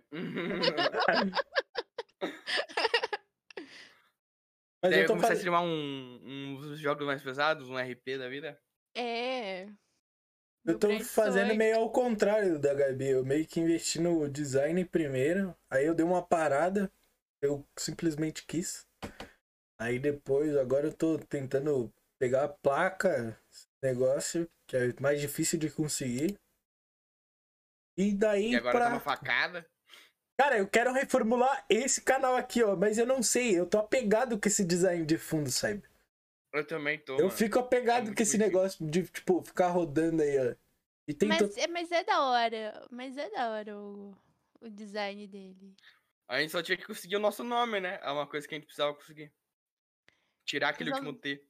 Mas Daí eu vai tô começar a fazendo. streamar uns jogos mais pesados, um RP da vida. É, Eu meu tô grande fazendo sonho. meio ao contrário da Gabi. Eu meio que investi no design primeiro. Aí eu dei uma parada. Eu simplesmente quis. Aí depois, agora eu tô tentando pegar a placa, esse negócio, que é mais difícil de conseguir. E E daí agora tá uma pra. facada. Cara, eu quero reformular esse canal aqui, ó. Mas eu não sei, eu tô apegado com esse design de fundo, sabe? Eu também tô, Eu mano. fico É apegado com muito esse bonitinho. negócio de, tipo, ficar rodando aí, ó. E tento. Mas é da hora. Mas é da hora o design dele. A gente só tinha que conseguir o nosso nome, né? É uma coisa que a gente precisava conseguir. Tirar aquele último Precisava- T.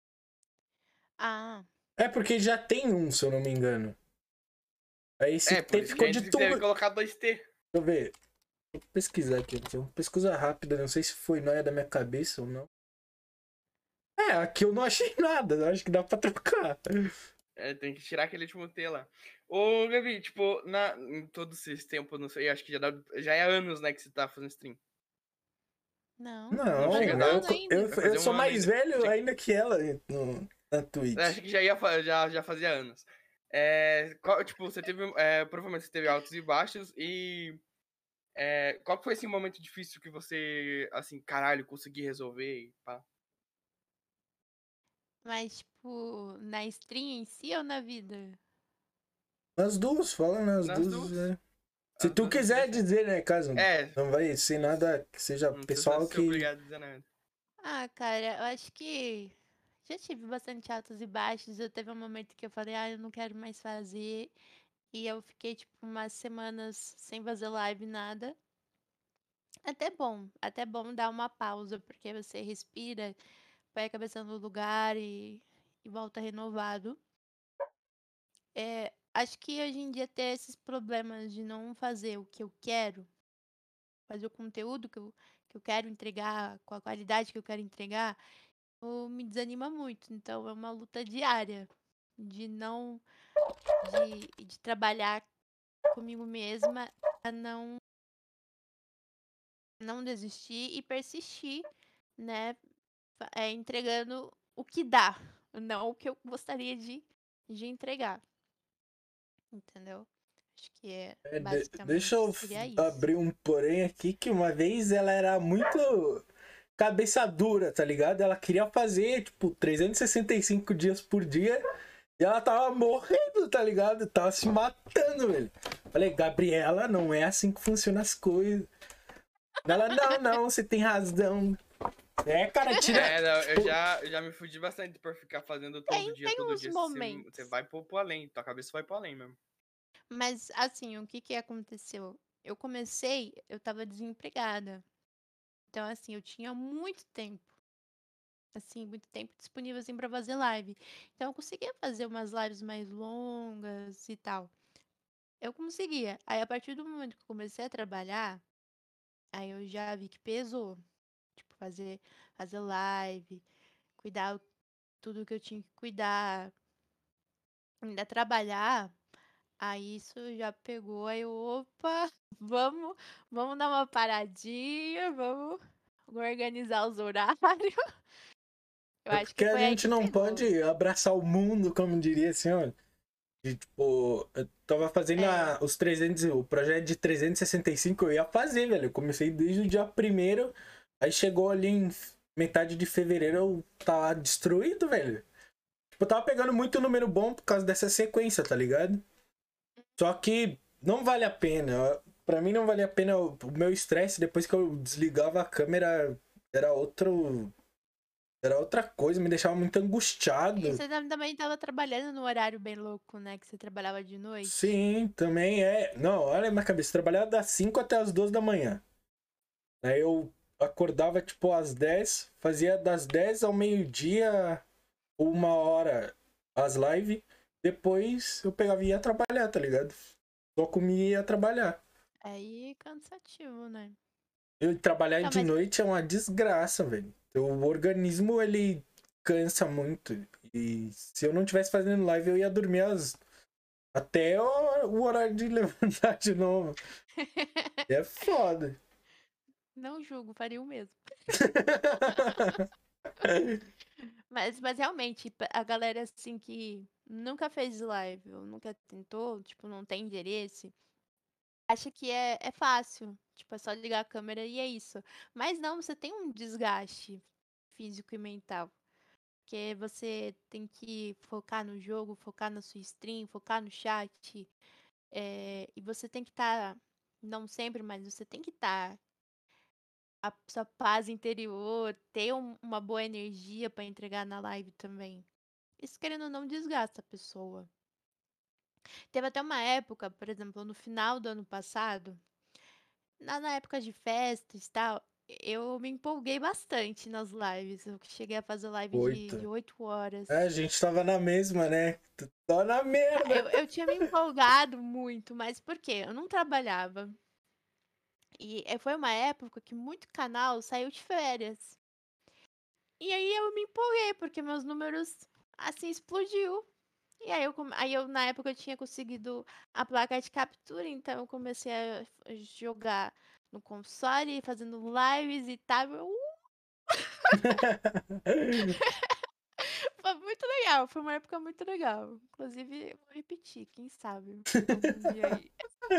Ah, É porque já tem um, se eu não me engano. Aí esse É, por T isso que ficou a de gente teve que tudo. colocar 2T. Deixa eu ver. Vou pesquisar aqui, então. Pesquisa rápida, não sei se foi nóia da minha cabeça ou não. É, aqui eu não achei nada, eu acho que dá pra trocar. É, tem que tirar aquele último T lá. Ô, Gabi, tipo, em todo esse tempo, não sei, acho que já é anos, né, que você tá fazendo stream. não. Não Faz chega Não, um a dar. ano ainda. Vai eu fazer um sou ano mais ainda. velho ainda que ela na Twitch. Achei que já fazia anos. Tipo, você teve. Provavelmente você teve altos e baixos. E qual que foi esse momento difícil que você, assim, caralho, consegui resolver e pá? Mas, tipo, na stream em si ou na vida? Nas duas, fala nas Nas duas. duas. Né? Se As tu duas a gente quiser deixa. dizer, né, caso É, não vai ser nada que seja não precisa pessoal ser que. obrigado a dizer nada. Ah, cara, eu acho que já tive bastante altos e baixos. Eu teve um momento que eu falei, ah, eu não quero mais fazer. E eu fiquei, tipo, umas semanas sem fazer live, nada. Até bom dar uma pausa, porque você respira, põe a cabeça no lugar e volta renovado. Acho que hoje em dia ter esses problemas de não fazer o que eu quero, fazer o conteúdo que eu quero entregar, com a qualidade que eu quero entregar, me desanima muito. Então é uma luta diária de não de trabalhar comigo mesma a não desistir e persistir, né? Entregando o que dá, não o que eu gostaria de entregar. Entendeu? Acho que Deixa eu basicamente seria isso. abrir um porém aqui que uma vez ela era muito cabeça dura, tá ligado? Ela queria fazer, tipo, 365 dias por dia e ela tava morrendo, tá ligado? Tava se matando, velho. Falei, Gabriela, não é assim que funcionam as coisas. Ela, não, você tem razão. É, cara, tira. Não, Tipo, eu já me fudi bastante por ficar fazendo todo Tem uns dia. Você momentos. vai pro além, tua cabeça vai pro além mesmo. Mas, assim, o que que aconteceu? Eu tava desempregada. Então, assim, eu tinha muito tempo. Assim, muito tempo disponível, assim, pra fazer live. Então, eu conseguia fazer umas lives mais longas e tal. Eu conseguia. Aí, a partir do momento que eu comecei a trabalhar, aí eu já vi que pesou. Tipo, fazer live, cuidar tudo que eu tinha que cuidar, ainda trabalhar. Aí isso já pegou, aí eu, opa, vamos dar uma paradinha, vamos organizar os horários. Eu é acho porque que a foi aí gente que não pegou. pode abraçar o mundo, como diria assim, ó. E, tipo, eu tava fazendo É, os 300, o projeto de 365 eu ia fazer, velho. Eu comecei desde o dia primeiro, aí chegou ali em metade de fevereiro, eu tava destruído, velho. Tipo, eu tava pegando muito número bom por causa dessa sequência, tá ligado? Só que não vale a pena. Pra mim não vale a pena o meu estresse depois que eu desligava a câmera era outra coisa, me deixava muito e angustiado. você também estava trabalhando num horário bem louco, né? Que você trabalhava de noite. Sim, também é. Não, olha a minha cabeça. Trabalhava das 5 até as 2 da manhã. Aí eu acordava tipo às 10, fazia das 10 ao meio-dia, 1 hora as lives. Depois eu pegava e ia trabalhar, tá ligado? Só comia e ia trabalhar. Aí cansativo, né? Eu trabalhar Não, de mas noite é uma desgraça, velho. O organismo, ele cansa muito. E se eu não tivesse fazendo live, eu ia dormir até o horário de levantar de novo. É foda. não julgo, faria o mesmo. Mas realmente, a galera assim que nunca fez live ou nunca tentou, tipo, não tem interesse, acha que é fácil. Tipo, é só ligar a câmera e é isso. Mas não, você tem um desgaste físico e mental. Porque você tem que focar no jogo, focar na sua stream, focar no chat. E você tem que estar, não sempre, mas você tem que estar a sua paz interior, ter uma boa energia pra entregar na live também. Isso, querendo ou não, desgasta a pessoa. Teve até uma época, por exemplo, no final do ano passado, na época de festas e tal, eu me empolguei bastante nas lives. Eu cheguei a fazer live de 8. 8 horas. A gente tava na mesma, né? Tô na merda. Eu tinha me empolgado muito, mas por quê? Eu não trabalhava. E foi uma época que muito canal saiu de férias. E aí eu me empolguei, porque meus números, assim, explodiu. E aí eu, na época, eu tinha conseguido a placa de captura, então eu comecei a jogar no console, fazendo lives e tal. Foi muito legal, foi uma época muito legal. Inclusive, eu vou repetir, quem sabe, algum dia aí.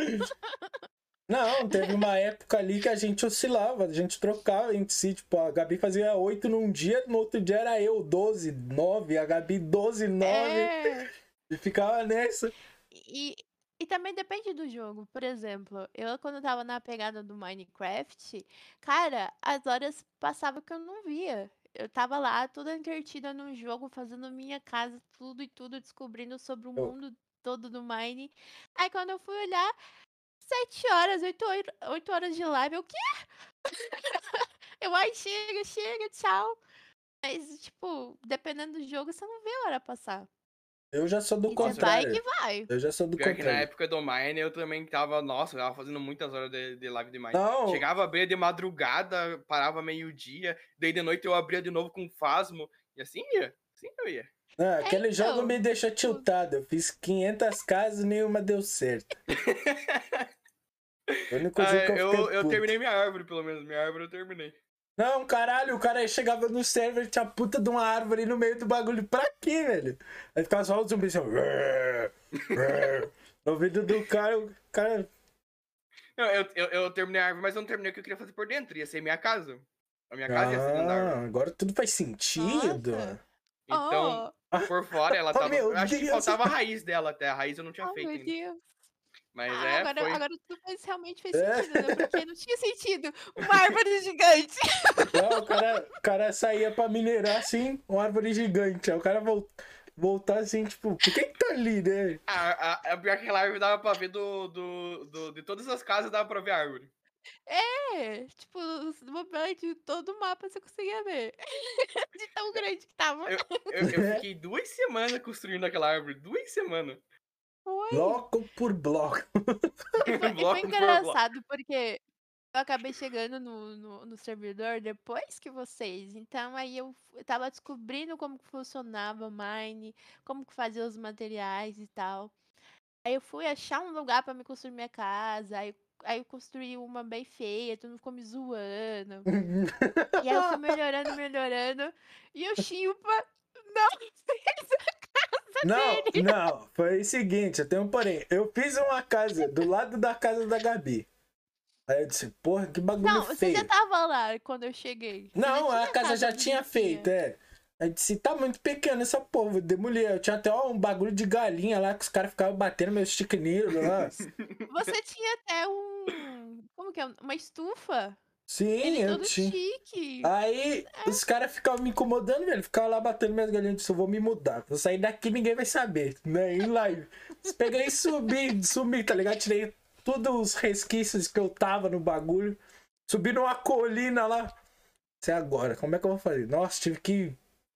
Não, teve uma época ali que a gente oscilava, a gente trocava entre si. Tipo, a Gabi fazia 8 num dia, no outro dia era eu 12, 9, a Gabi 12, 9. É. E ficava nessa. E, e também depende do jogo. Por exemplo, eu quando tava na pegada do Minecraft, cara, as horas passavam que eu não via. Eu tava lá toda entretida no jogo, fazendo minha casa, tudo e tudo, descobrindo sobre o Eu, mundo todo do Mine. Aí quando eu fui olhar, 7 horas, 8 horas de live, eu, o quê? Ai, chega, chega, tchau. Mas, tipo, dependendo do jogo, você não vê a hora passar. eu já sou do E você vai que contrário. vai. Eu já sou do Pior que na contrário. época do Mine eu também tava, nossa, eu tava fazendo muitas horas de live de Mine. Não, Chegava a abrir de madrugada, parava meio-dia, daí de noite eu abria de novo com Phasmo, e assim ia, assim eu ia. não, aquele jogo me Então, deixou tipo, tiltado. Eu fiz 500 casas e nenhuma deu certo. O único Ah, jogo que eu fiquei eu puto. terminei minha árvore, pelo menos, minha árvore eu terminei. Não, caralho, o cara chegava no server e tinha a puta de uma árvore no meio do bagulho. Pra quê, velho? Aí ficava só o zumbi assim, no ouvido do cara, o cara. Não, eu terminei a árvore, mas eu não terminei o que eu queria fazer por dentro, ia ser minha casa. A minha casa ia ser dentro da árvore. Agora tudo faz sentido. nossa. Então, Oh, por fora ela Oh, tava. meu Eu acho que Deus! faltava a raiz dela até. A raiz eu não tinha oh, feito meu ainda. Deus. Mas Ah, agora, foi. agora tudo realmente fez É. sentido, né? Porque não tinha sentido uma árvore gigante. Não, o cara saía pra minerar assim, uma árvore gigante. Aí o cara voltar assim, tipo, por que tá ali, né? Pior que aquela árvore dava pra ver de todas as casas, dava pra ver a árvore. Tipo, no momento de todo o mapa você conseguia ver. De tão grande que tava. Eu fiquei 2 semanas construindo aquela árvore. 2 semanas. Foi. Bloco por bloco. E foi Bloco por bloco. engraçado porque eu acabei chegando no servidor depois que vocês. Então aí eu tava descobrindo como que funcionava o Mine, como que fazia os materiais e tal. Aí eu fui achar um lugar pra me construir minha casa. Aí eu construí uma bem feia, todo mundo ficou me zoando. E aí eu fui melhorando, melhorando. E o Chimpa não fez a casa Não, dele. não, foi o seguinte, eu tenho um porém. Eu fiz uma casa do lado da casa da Gabi. Aí eu disse, porra, que bagulho Não, você já feio. tava lá quando eu cheguei. Você já Não, tinha a casa já tinha bonitinha. feito, é. Aí eu disse, tá muito pequeno essa porra, vou demolir. Eu tinha até um bagulho de galinha lá que os caras ficavam batendo meus chiquineiros lá. Você tinha até um. Como que é? Uma estufa. Sim, Ele eu todo tinha. chique. Aí os caras ficavam me incomodando, velho. Ficavam lá batendo minhas galinhas. Eu disse, eu vou me mudar. Vou sair daqui, ninguém vai saber, né? Em live. Peguei e sumi, tá ligado? Tirei todos os resquícios que eu tava no bagulho. Subi numa colina lá. Sei agora, como é que eu vou fazer? Nossa, tive que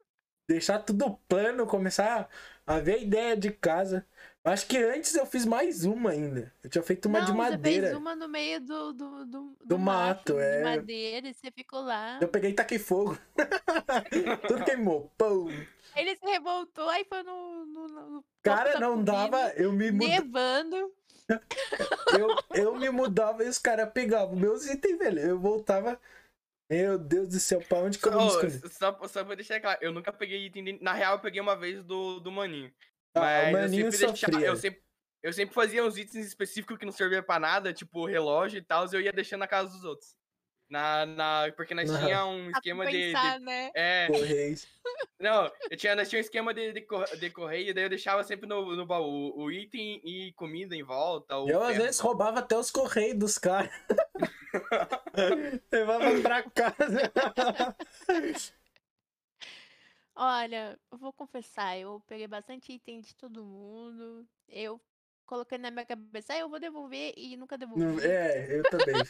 deixar tudo plano, começar a ver a ideia de casa. Acho que antes eu fiz mais uma ainda. Eu tinha feito uma de Não, você fez madeira. uma no meio do Do mato, de é. madeira, e você ficou lá. Eu peguei e taquei fogo. Tudo queimou. Pum. Aí ele se revoltou, aí foi no topo Cara, da não colina, dava. Eu me mudava. nevando. Eu me mudava e os caras pegavam meus itens, velho. Eu voltava. Meu Deus do céu, pra onde que eu vou me esconder? Só pra deixar claro, eu nunca peguei item. Na real, eu peguei uma vez do Maninho. Ah, o Mas maninho eu sempre deixava. sofria. Eu sempre fazia uns itens específicos que não serviam pra nada, tipo relógio e tal, eu ia deixando na casa dos outros. Porque nós Aham. tinha um Pra esquema compensar, né? Correios. Não, nós tinha um esquema de correio, daí eu deixava sempre no baú o item e comida em volta. Ou Eu às ferro. vezes roubava até os correios dos caras. Levava pra casa. Olha, eu vou confessar, eu peguei bastante item de todo mundo. Eu coloquei na minha cabeça, eu vou devolver e nunca devolvi. É, eu também.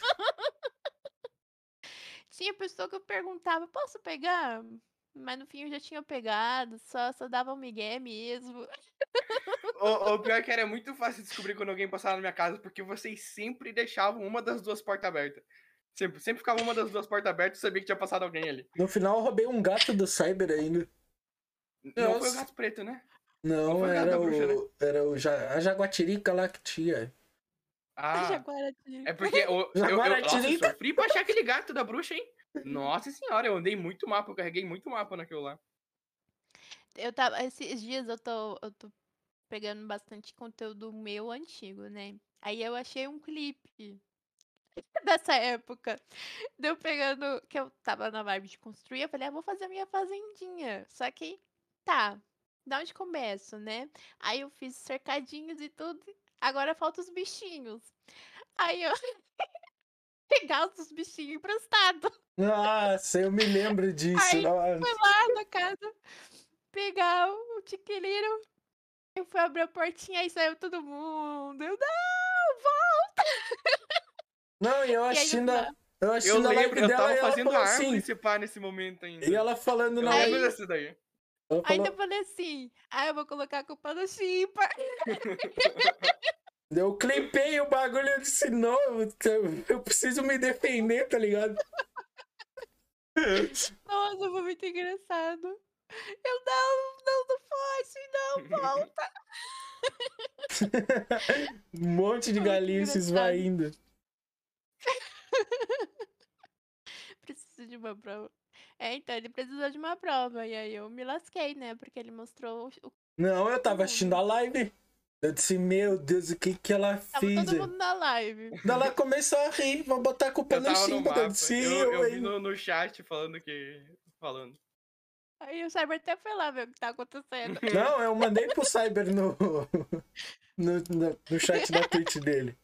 Tinha pessoa que eu perguntava, posso pegar? Mas no fim eu já tinha pegado, só dava um migué mesmo. O pior é que era muito fácil descobrir quando alguém passava na minha casa, porque vocês sempre deixavam uma das duas portas abertas. Sempre ficava uma das duas portas abertas e sabia que tinha passado alguém ali. No final eu roubei um gato do Cyber ainda. Não foi o Nossa. gato preto, né? Não, foi o gato era da bruxa, né? a jaguatirica lá que tinha. Ah, Jaguarati. é porque nossa, eu Jaguatirica? sofri pra achar aquele gato da bruxa, hein? Nossa senhora, eu andei muito mapa, eu carreguei muito mapa naquilo lá. Esses dias eu tô pegando bastante conteúdo meu antigo, né? Aí eu achei um clipe dessa época. Deu pegando que eu tava na vibe de construir, eu falei, vou fazer a minha fazendinha. Só que, tá, da onde começo, né? Aí eu fiz cercadinhos e tudo. Agora falta os bichinhos. Aí eu pegar os bichinhos emprestados. Nossa, eu me lembro disso. Aí Nossa. fui lá na casa pegar o tiqueleiro. Eu fui abrir a portinha, aí saiu todo mundo. Eu, não, volta! Não, e eu E aí assistindo, eu, eu assistindo a live Eu dela tava e ela fazendo falou árvore assim. se pá nesse momento ainda. E ela falando Eu na lembro live. desse daí. Ela ainda falou, falei assim, eu vou colocar a culpa no Chimpa. eu clipei o bagulho e disse, não, eu preciso me defender, tá ligado? Nossa, foi muito engraçado. Eu, não faço, não, volta. Um monte de Foi muito galinha se engraçado. esvaindo. Preciso de uma prova. Então, ele precisou de uma prova. E aí eu me lasquei, né? Porque ele mostrou o Não, eu todo tava assistindo mundo. a live. Eu disse, meu Deus, o que ela Tava fez? todo mundo na live. Daí ela começou a rir, vou botar a culpa Eu no tava no Simba. Eu mapa. disse, Eu vi hein? no chat falando que. Falando. Aí o Cyber até foi lá ver o que tá acontecendo. Não, eu mandei pro Cyber no chat da Twitch dele.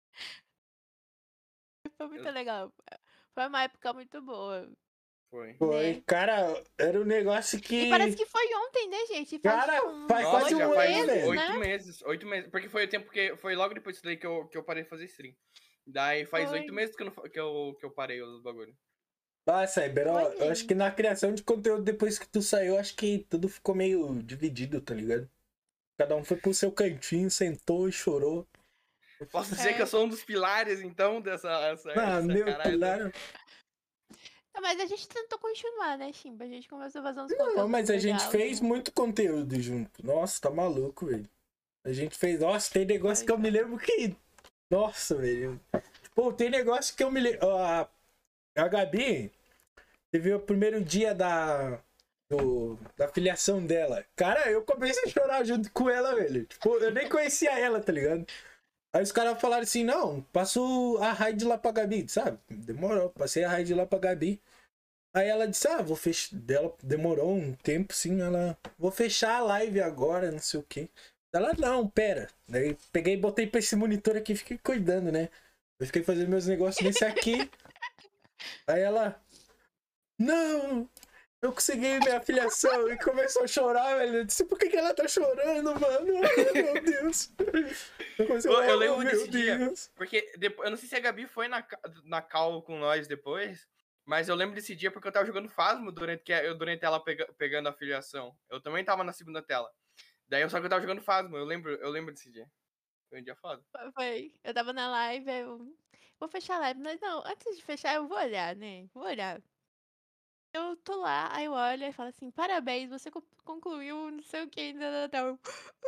Foi muito legal. Foi uma época muito boa. Foi. Foi, Né? cara, era um negócio que. E parece que foi ontem, né, gente? Cara, faz Nossa, quase já um faz ano, velho. 8 meses. 8 meses. Porque foi o tempo que. Foi logo depois disso daí que eu parei de fazer stream. Daí faz Foi. 8 meses que eu parei os bagulho. Ah, Cyber, ó, Foi eu acho que na criação de conteúdo depois que tu saiu, acho que tudo ficou meio dividido, tá ligado? Cada um foi pro seu cantinho, sentou e chorou. Posso dizer que eu sou um dos pilares, então, dessa Ah, meu caralho. pilar. Não, mas a gente tentou continuar, né, Chimba? A gente começou a fazer uns Não, conteúdos mas a gente legais, fez né? muito conteúdo junto. Nossa, tá maluco, velho. A gente fez. Nossa, tem negócio que eu me lembro que. Nossa, velho. Pô, tem negócio que eu me lembro. A Gabi teve o primeiro dia da filiação dela. Cara, eu comecei a chorar junto com ela, velho. Tipo, eu nem conhecia ela, tá ligado? Aí os caras falaram assim, não, passo a raid lá pra Gabi, sabe? Demorou, passei a raid lá pra Gabi. Aí ela disse, vou fechar. Dela demorou um tempo, sim, vou fechar a live agora, não sei o quê. Ela, não, pera. Daí peguei e botei pra esse monitor aqui e fiquei cuidando, né? Eu fiquei fazendo meus negócios nesse aqui. Aí ela, não, eu consegui minha afiliação. E começou a chorar, velho. Eu disse, por que ela tá chorando, mano? Meu Deus. Eu lembro meu desse dia. Deus. Porque eu não sei se a Gabi foi na call com nós depois. Mas eu lembro desse dia porque eu tava jogando Phasmo durante ela pegando a afiliação. Eu também tava na segunda tela. Só que eu tava jogando Phasmo, eu lembro desse dia. Foi um dia foda. Foi. Eu tava na live, eu vou fechar a live. Mas não, antes de fechar, eu vou olhar, né? Vou olhar. Eu tô lá, aí eu olho e falo assim, parabéns, você concluiu não sei o que ainda não.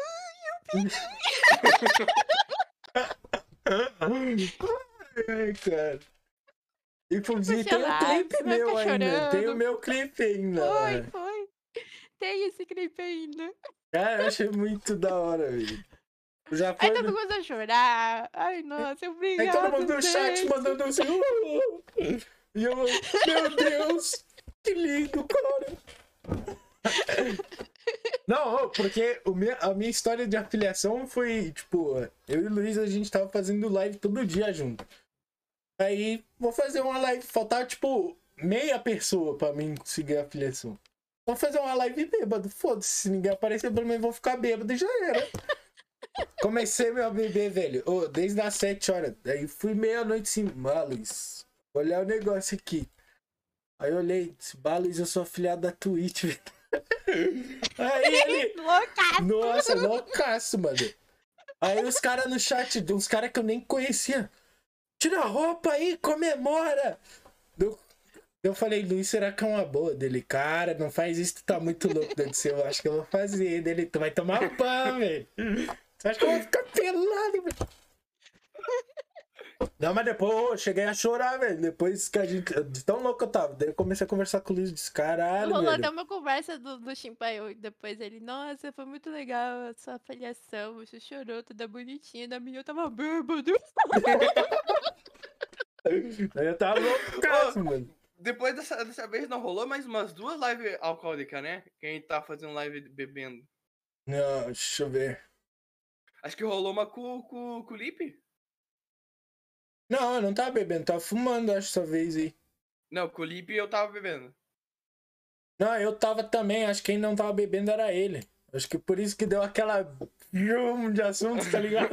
Ai, cara. Inclusive, Fechei a tem o live, clipe você vai meu ficar ainda. Tem o chorando. meu clipe ainda. Foi. Tem esse clipe ainda. Cara, eu achei muito da hora, velho. Já Aí foi. todo mundo começou a chorar. Ai, nossa, Aí todo mundo obrigado, no chat gente. mandando assim. E eu, meu Deus, que lindo, cara. Não, porque a minha história de afiliação foi, tipo, eu e o Luiz, a gente tava fazendo live todo dia junto. Aí, vou fazer uma live, faltava, tipo, meia pessoa pra mim conseguir a afiliação. Vou fazer uma live bêbado, foda-se, se ninguém aparecer, pelo menos vou ficar bêbado e já era. Comecei meu bebê, velho, desde as 7 horas. Aí fui meia-noite assim, Luiz, olhar o negócio aqui. Aí eu olhei, disse, Luiz, eu sou afiliado da Twitch, velho. Aí ele. Loucaço. Nossa, loucaço, mano. Aí os caras no chat, uns caras que eu nem conhecia. Tira a roupa aí, comemora! Eu falei, Luiz, será que é uma boa? Dele, cara, não faz isso, tu tá muito louco. Eu acho que eu vou fazer. Dele, tu vai tomar pão, velho. Você acha que eu vou ficar pelado, velho? Não, mas depois eu cheguei a chorar, velho. Depois que a gente. De tão louco eu tava. Daí eu comecei a conversar com o Luiz e disse, caralho, Rolou velho. até uma conversa do Shimpaio depois. Ele, nossa, foi muito legal a sua afiliação. Você chorou, toda bonitinha. Da minha eu tava bêbado. Eu tava loucaço, mano. Depois dessa vez não rolou mais umas 2 lives alcoólicas, né? Que a gente tá fazendo live bebendo. Não, deixa eu ver. Acho que rolou uma com o Lipe. Não, eu não tava bebendo, tava fumando, acho, essa vez aí. Não, com o Lipe eu tava bebendo. Não, eu tava também, acho que quem não tava bebendo era ele. Acho que por isso que deu aquela de assuntos, tá ligado?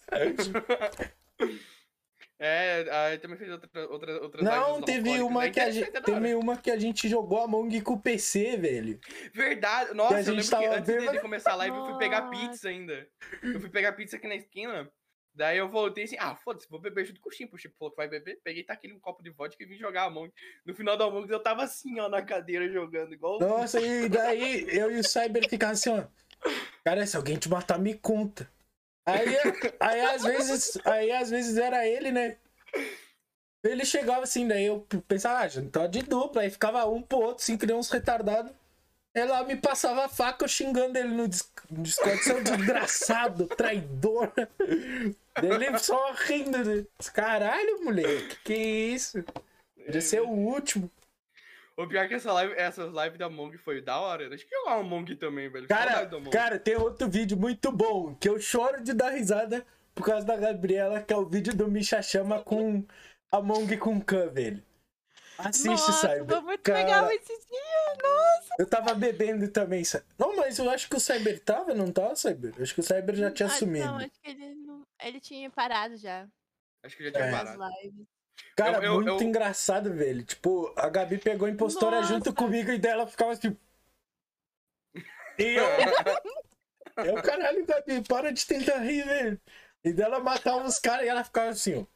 Aí também fez outras Não, lives teve alcoólicas. uma, É que a interessante, gente, é da hora. teve uma que a gente jogou Among com o PC, velho. Verdade. Nossa, a eu gente lembro que tava antes de bêbado. começar a live eu fui pegar Nossa. pizza ainda. Eu fui pegar pizza aqui na esquina. Daí eu voltei assim, foda-se, vou beber junto com o Chimpo. O Chimpo falou que vai beber. Peguei, taquei um copo de vodka e vim jogar Among. No final do Among eu tava assim, ó, na cadeira jogando, igual... Nossa, e daí eu e o Cyber ficavam assim, ó. Cara, se alguém te matar, me conta. Aí às vezes era ele, né? Ele chegava assim, daí eu pensava, já não tá de dupla. Aí ficava um pro outro, assim, que nem uns retardados. Ela me passava a faca, eu xingando ele no Discord. Seu desgraçado, traidor. Ele só rindo. Né? Caralho, moleque, que isso? Podia ser o último. O pior é que essas lives da Among foi da hora. Acho que jogar Among também, velho. Cara, tem outro vídeo muito bom, que eu choro de dar risada por causa da Gabriela, que é o vídeo do Misha Chama com Among com Khan, velho. Assiste, Nossa, Cyber. foi muito Cara, legal esse dia, nossa. eu tava bebendo também, Não, mas eu acho que o Cyber tava, não tava, Cyber? Acho que o Cyber já tinha sumido. Não, acho que ele tinha parado já. Acho que já tinha Nas parado. lives. Cara, muito engraçado, velho. Tipo, a Gabi pegou a impostora junto comigo e dela ficava tipo. E eu, caralho, Gabi, para de tentar rir, velho. E dela matava os caras e ela ficava assim, ó.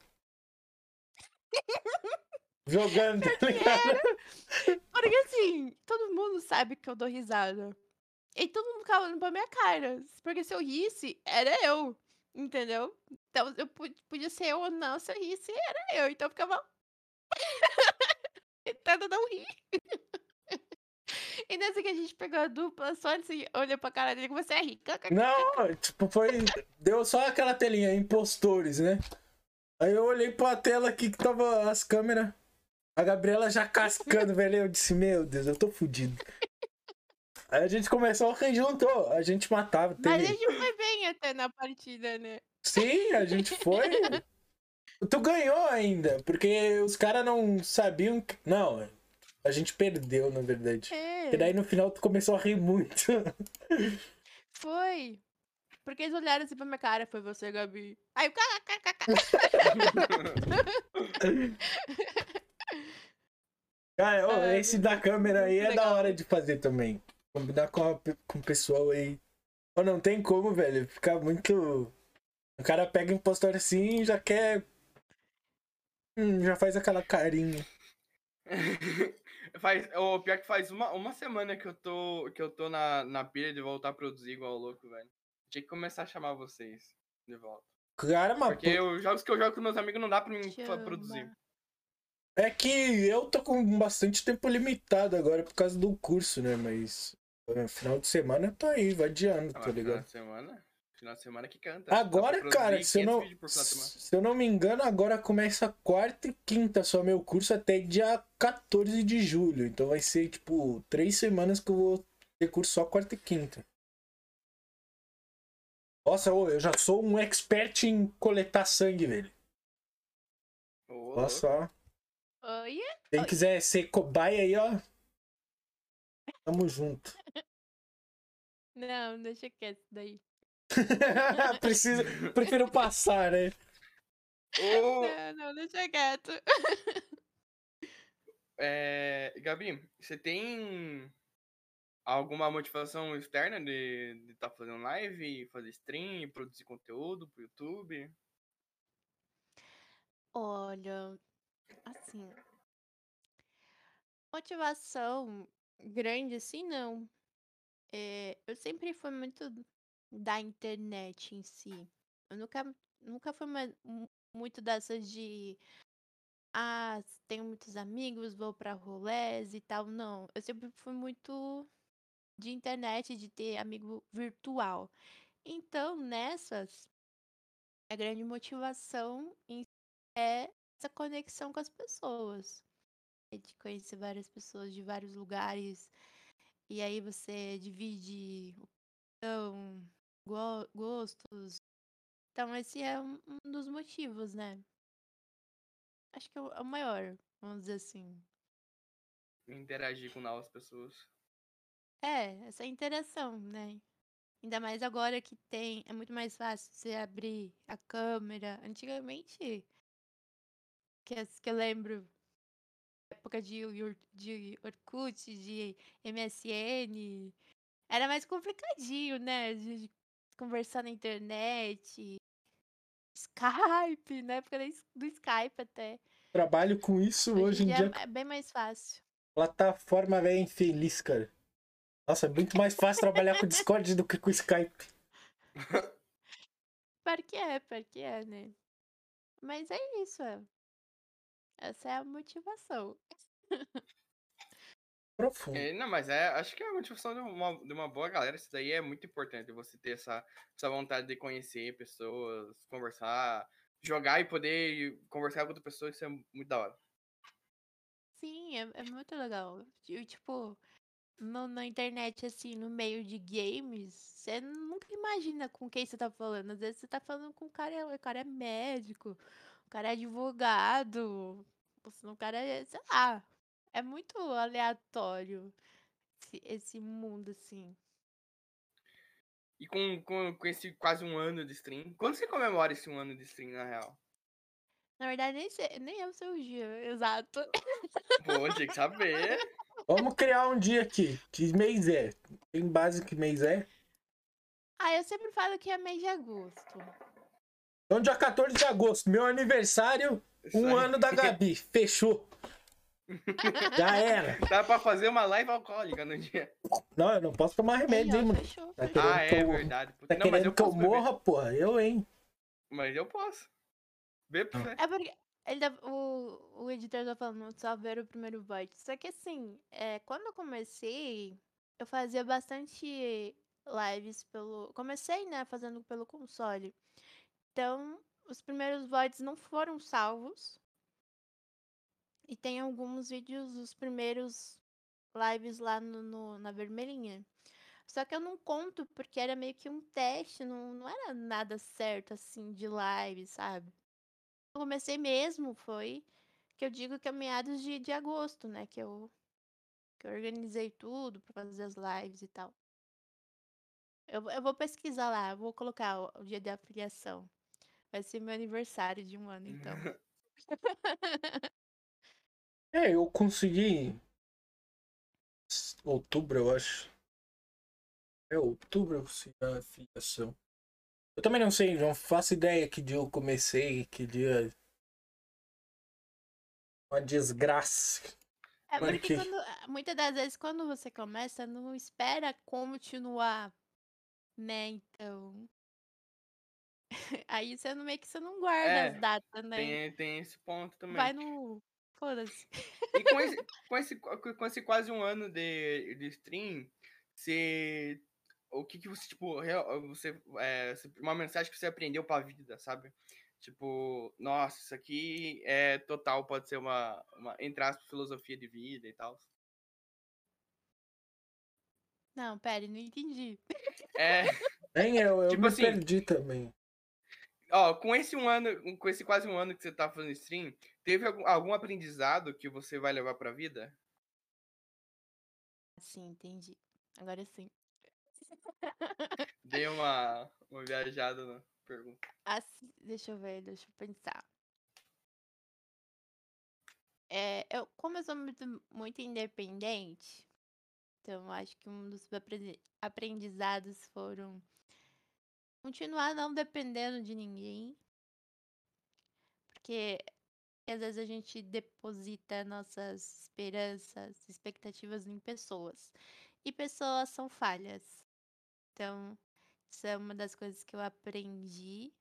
Jogando, tá ligado? Porque assim, todo mundo sabe que eu dou risada. E todo mundo ficava olhando pra minha cara. Porque se eu risse, era eu. Entendeu? Então eu podia ser eu ou não, se eu risse, era eu. Então eu ficava. Tentando não rir. E nessa que a gente pegou a dupla, só assim, olhou pra cara dele e comecei a rir. Não, tipo, deu só aquela telinha, impostores, né? Aí eu olhei pra tela aqui que tava as câmeras. A Gabriela já cascando, velho. Eu disse, meu Deus, eu tô fudido. Aí a gente começou, juntou, a gente matava. Mas a gente foi bem até na partida, né? Sim, a gente foi. Tu ganhou ainda, porque os caras não sabiam que... Não, a gente perdeu, na verdade. E daí no final tu começou a rir muito. Foi. Porque eles olharam assim pra minha cara, foi você, Gabi. Aí eu... Cara, ô, Ai, esse mas da é câmera aí muito é da hora legal. de fazer também. Combinar com o pessoal aí. Ó, não tem como, velho. Fica muito. O cara pega o impostor assim e já quer. Já faz aquela carinha. O pior que faz uma semana que eu tô na pilha de voltar a produzir igual louco, velho. Tinha que começar a chamar vocês de volta. Cara, mas Porque os jogos que eu jogo com meus amigos não dá pra mim Chama. produzir. é que eu tô com bastante tempo limitado agora por causa do curso, né? Mas final de semana eu tô aí, vadiando, Ah, tá mas final ligado? de semana? Final de semana que canta. Dá pra Agora, cara, produzir 500 vídeos por final de semana. se eu não me engano, agora começa quarta e quinta só meu curso até dia 14 de julho. Então vai ser, tipo, 3 semanas que eu vou ter curso só quarta e quinta. Nossa, ô, eu já sou um expert em coletar sangue, velho. Ô, Nossa, louco. ó. Oi? Quem Oi. quiser ser cobaia aí, ó. Tamo junto. Não, deixa quieto daí. Prefiro passar, né? Ô, Não, deixa quieto. Gabi, você tem alguma motivação externa de estar fazendo live, fazer stream, produzir conteúdo pro YouTube? Olha, assim, motivação grande assim, não. Eu sempre fui muito da internet em si. Eu nunca fui muito dessas de, tenho muitos amigos, vou pra rolés e tal. Não, eu sempre fui muito de internet, de ter amigo virtual. Então, nessas, a grande motivação é essa conexão com as pessoas. É de conhecer várias pessoas de vários lugares. E aí você divide opinião, gostos. Então, esse é um dos motivos, né? Acho que é o maior, vamos dizer assim. Interagir com novas pessoas. Essa interação, né? Ainda mais agora que é muito mais fácil você abrir a câmera. Antigamente, que eu lembro, época de Orkut, de MSN, era mais complicadinho, né? De conversar na internet, Skype, na época do Skype até. Trabalho com isso Hoje hoje em em dia dia. é bem mais fácil. Plataforma velho infeliz, cara. Nossa, é muito mais fácil trabalhar com o Discord do que com o Skype. Pior que é, né? Mas é isso, essa é a motivação. Profundo. Não, mas acho que é a motivação de uma boa galera. Isso daí é muito importante. Você ter essa vontade de conhecer pessoas, conversar, jogar e poder conversar com outra pessoa. Isso é muito da hora. Sim, é muito legal. Tipo, na internet, assim, no meio de games, você nunca imagina com quem você tá falando. Às vezes você tá falando com o cara é médico, o cara é advogado, o cara é, sei lá, é muito aleatório esse mundo, assim. E com esse quase um ano de stream. Quando você comemora esse um ano de stream, na real? Na verdade, nem é o seu dia, exato. Pô, tinha que saber. Vamos criar um dia aqui. Que mês é? Tem base que mês é? Eu sempre falo que é mês de agosto. Então, dia 14 de agosto, meu aniversário, Isso um aí. ano da Gabi. Fechou. Já era. Dá pra fazer uma live alcoólica no dia. Não, eu não posso tomar remédio, Aí, hein, ó, mano. fechou, Tá fechou. querendo que eu, Verdade. tá Não, mas querendo eu que eu posso beber. morra, porra? Eu, hein? Mas eu posso. Bebe pra você. É porque o editor tá falando só ver o primeiro void. Só que assim, quando eu comecei, eu fazia bastante lives pelo. Comecei, né, fazendo pelo console. Então, os primeiros voids não foram salvos. E tem alguns vídeos dos primeiros lives lá na vermelhinha. Só que eu não conto porque era meio que um teste, não era nada certo assim de live, sabe? Eu comecei mesmo, foi que eu digo que é meados de agosto, né? Que eu organizei tudo pra fazer as lives e tal. Eu vou pesquisar lá, vou colocar o dia de afiliação. Vai ser meu aniversário de um ano, então. Eu consegui. Outubro, eu acho. Outubro eu consegui a filiação. Eu também não sei, não faço ideia que dia eu comecei, que dia. Uma desgraça. É Mano, porque que. muitas das vezes quando você começa, não espera continuar, né? Então, aí você meio que você não guarda as É, datas, né? tem esse ponto Vai também. no. Foda-se. E com esse quase um ano de stream, você. O que você, tipo, uma mensagem que você aprendeu pra vida, sabe? Tipo, nossa, isso aqui é total, pode ser uma entre aspas, filosofia de vida e tal. Não, pera, não entendi. É, Nem eu tipo me assim, perdi também. ó, com esse quase um ano que você tá fazendo stream, teve algum aprendizado que você vai levar pra vida? Sim, entendi. Agora sim. Dei uma viajada na pergunta. Deixa eu ver, deixa eu pensar. Como eu sou muito independente, então acho que um dos aprendizados foram continuar não dependendo de ninguém, porque às vezes a gente deposita nossas esperanças, expectativas em pessoas, e pessoas são falhas. Então, isso é uma das coisas que eu aprendi.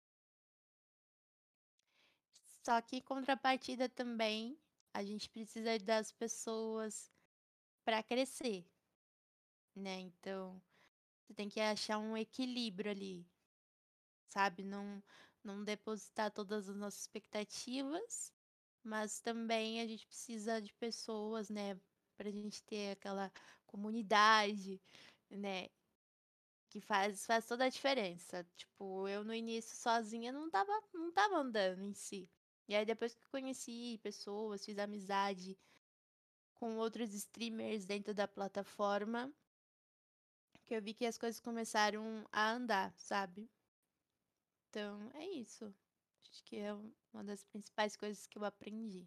Só que em contrapartida também, a gente precisa das pessoas para crescer, né? Então, você tem que achar um equilíbrio ali, sabe? Não depositar todas as nossas expectativas, mas também a gente precisa de pessoas, né? Pra gente ter aquela comunidade, né? Que faz toda a diferença. Tipo, eu no início sozinha não tava andando em si. E aí depois que eu conheci pessoas, fiz amizade com outros streamers dentro da plataforma, que eu vi que as coisas começaram a andar, sabe? Então, é isso. Acho que é uma das principais coisas que eu aprendi.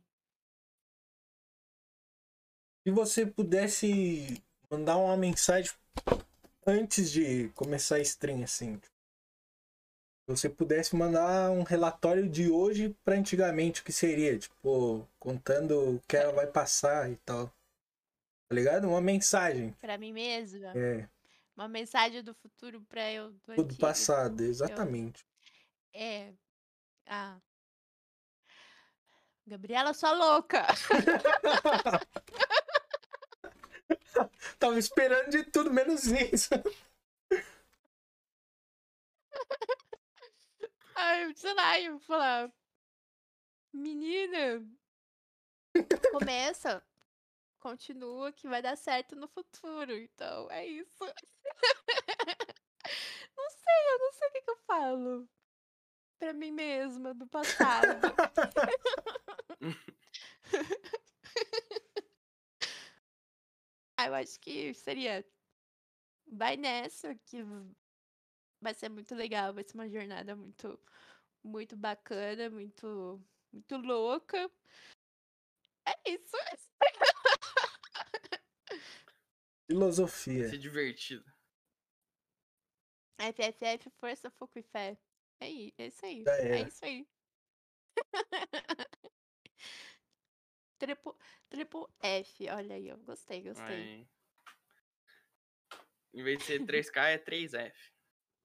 Se você pudesse mandar uma mensagem antes de começar a stream, assim. Se você pudesse mandar um relatório de hoje pra antigamente, o que seria? Tipo, contando o que ela vai passar e tal. Tá ligado? Uma mensagem. Pra mim mesma, É, uma mensagem do futuro pra eu do tudo antigo. passado, Eu, exatamente. é, ah, Gabriela, sua louca! Tava esperando de tudo menos isso. Ai, sei lá, eu vou falar, menina, começa, continua que vai dar certo no futuro. Então, é isso. Não sei, eu não sei o que eu falo pra mim mesma do passado. Eu acho que seria, vai nessa, que vai ser muito legal, vai ser uma jornada muito, muito bacana, muito louca. É isso. Filosofia. Ser divertido. FFF, força, foco e fé. É isso aí. Já É era. isso aí. Triple, triple F. Olha aí, eu gostei. Aí, em vez de ser 3K, é 3F.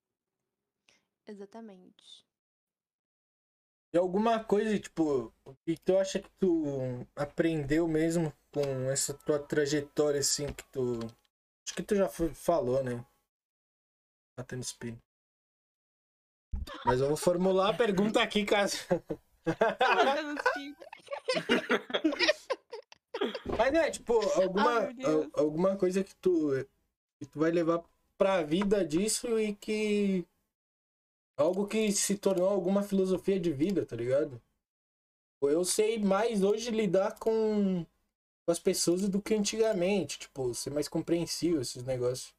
Exatamente. E alguma coisa, tipo, o que tu acha que tu aprendeu mesmo com essa tua trajetória, assim, que tu. Acho que tu já falou, né? Batendo spin. Mas eu vou formular a pergunta aqui, caso. Batendo os pingos. Mas é, tipo, Ai, meu Deus. alguma coisa que tu vai levar pra vida disso e que. Algo que se tornou alguma filosofia de vida, tá ligado? Eu sei mais hoje lidar com as pessoas do que antigamente. Tipo, ser mais compreensível, esses negócios.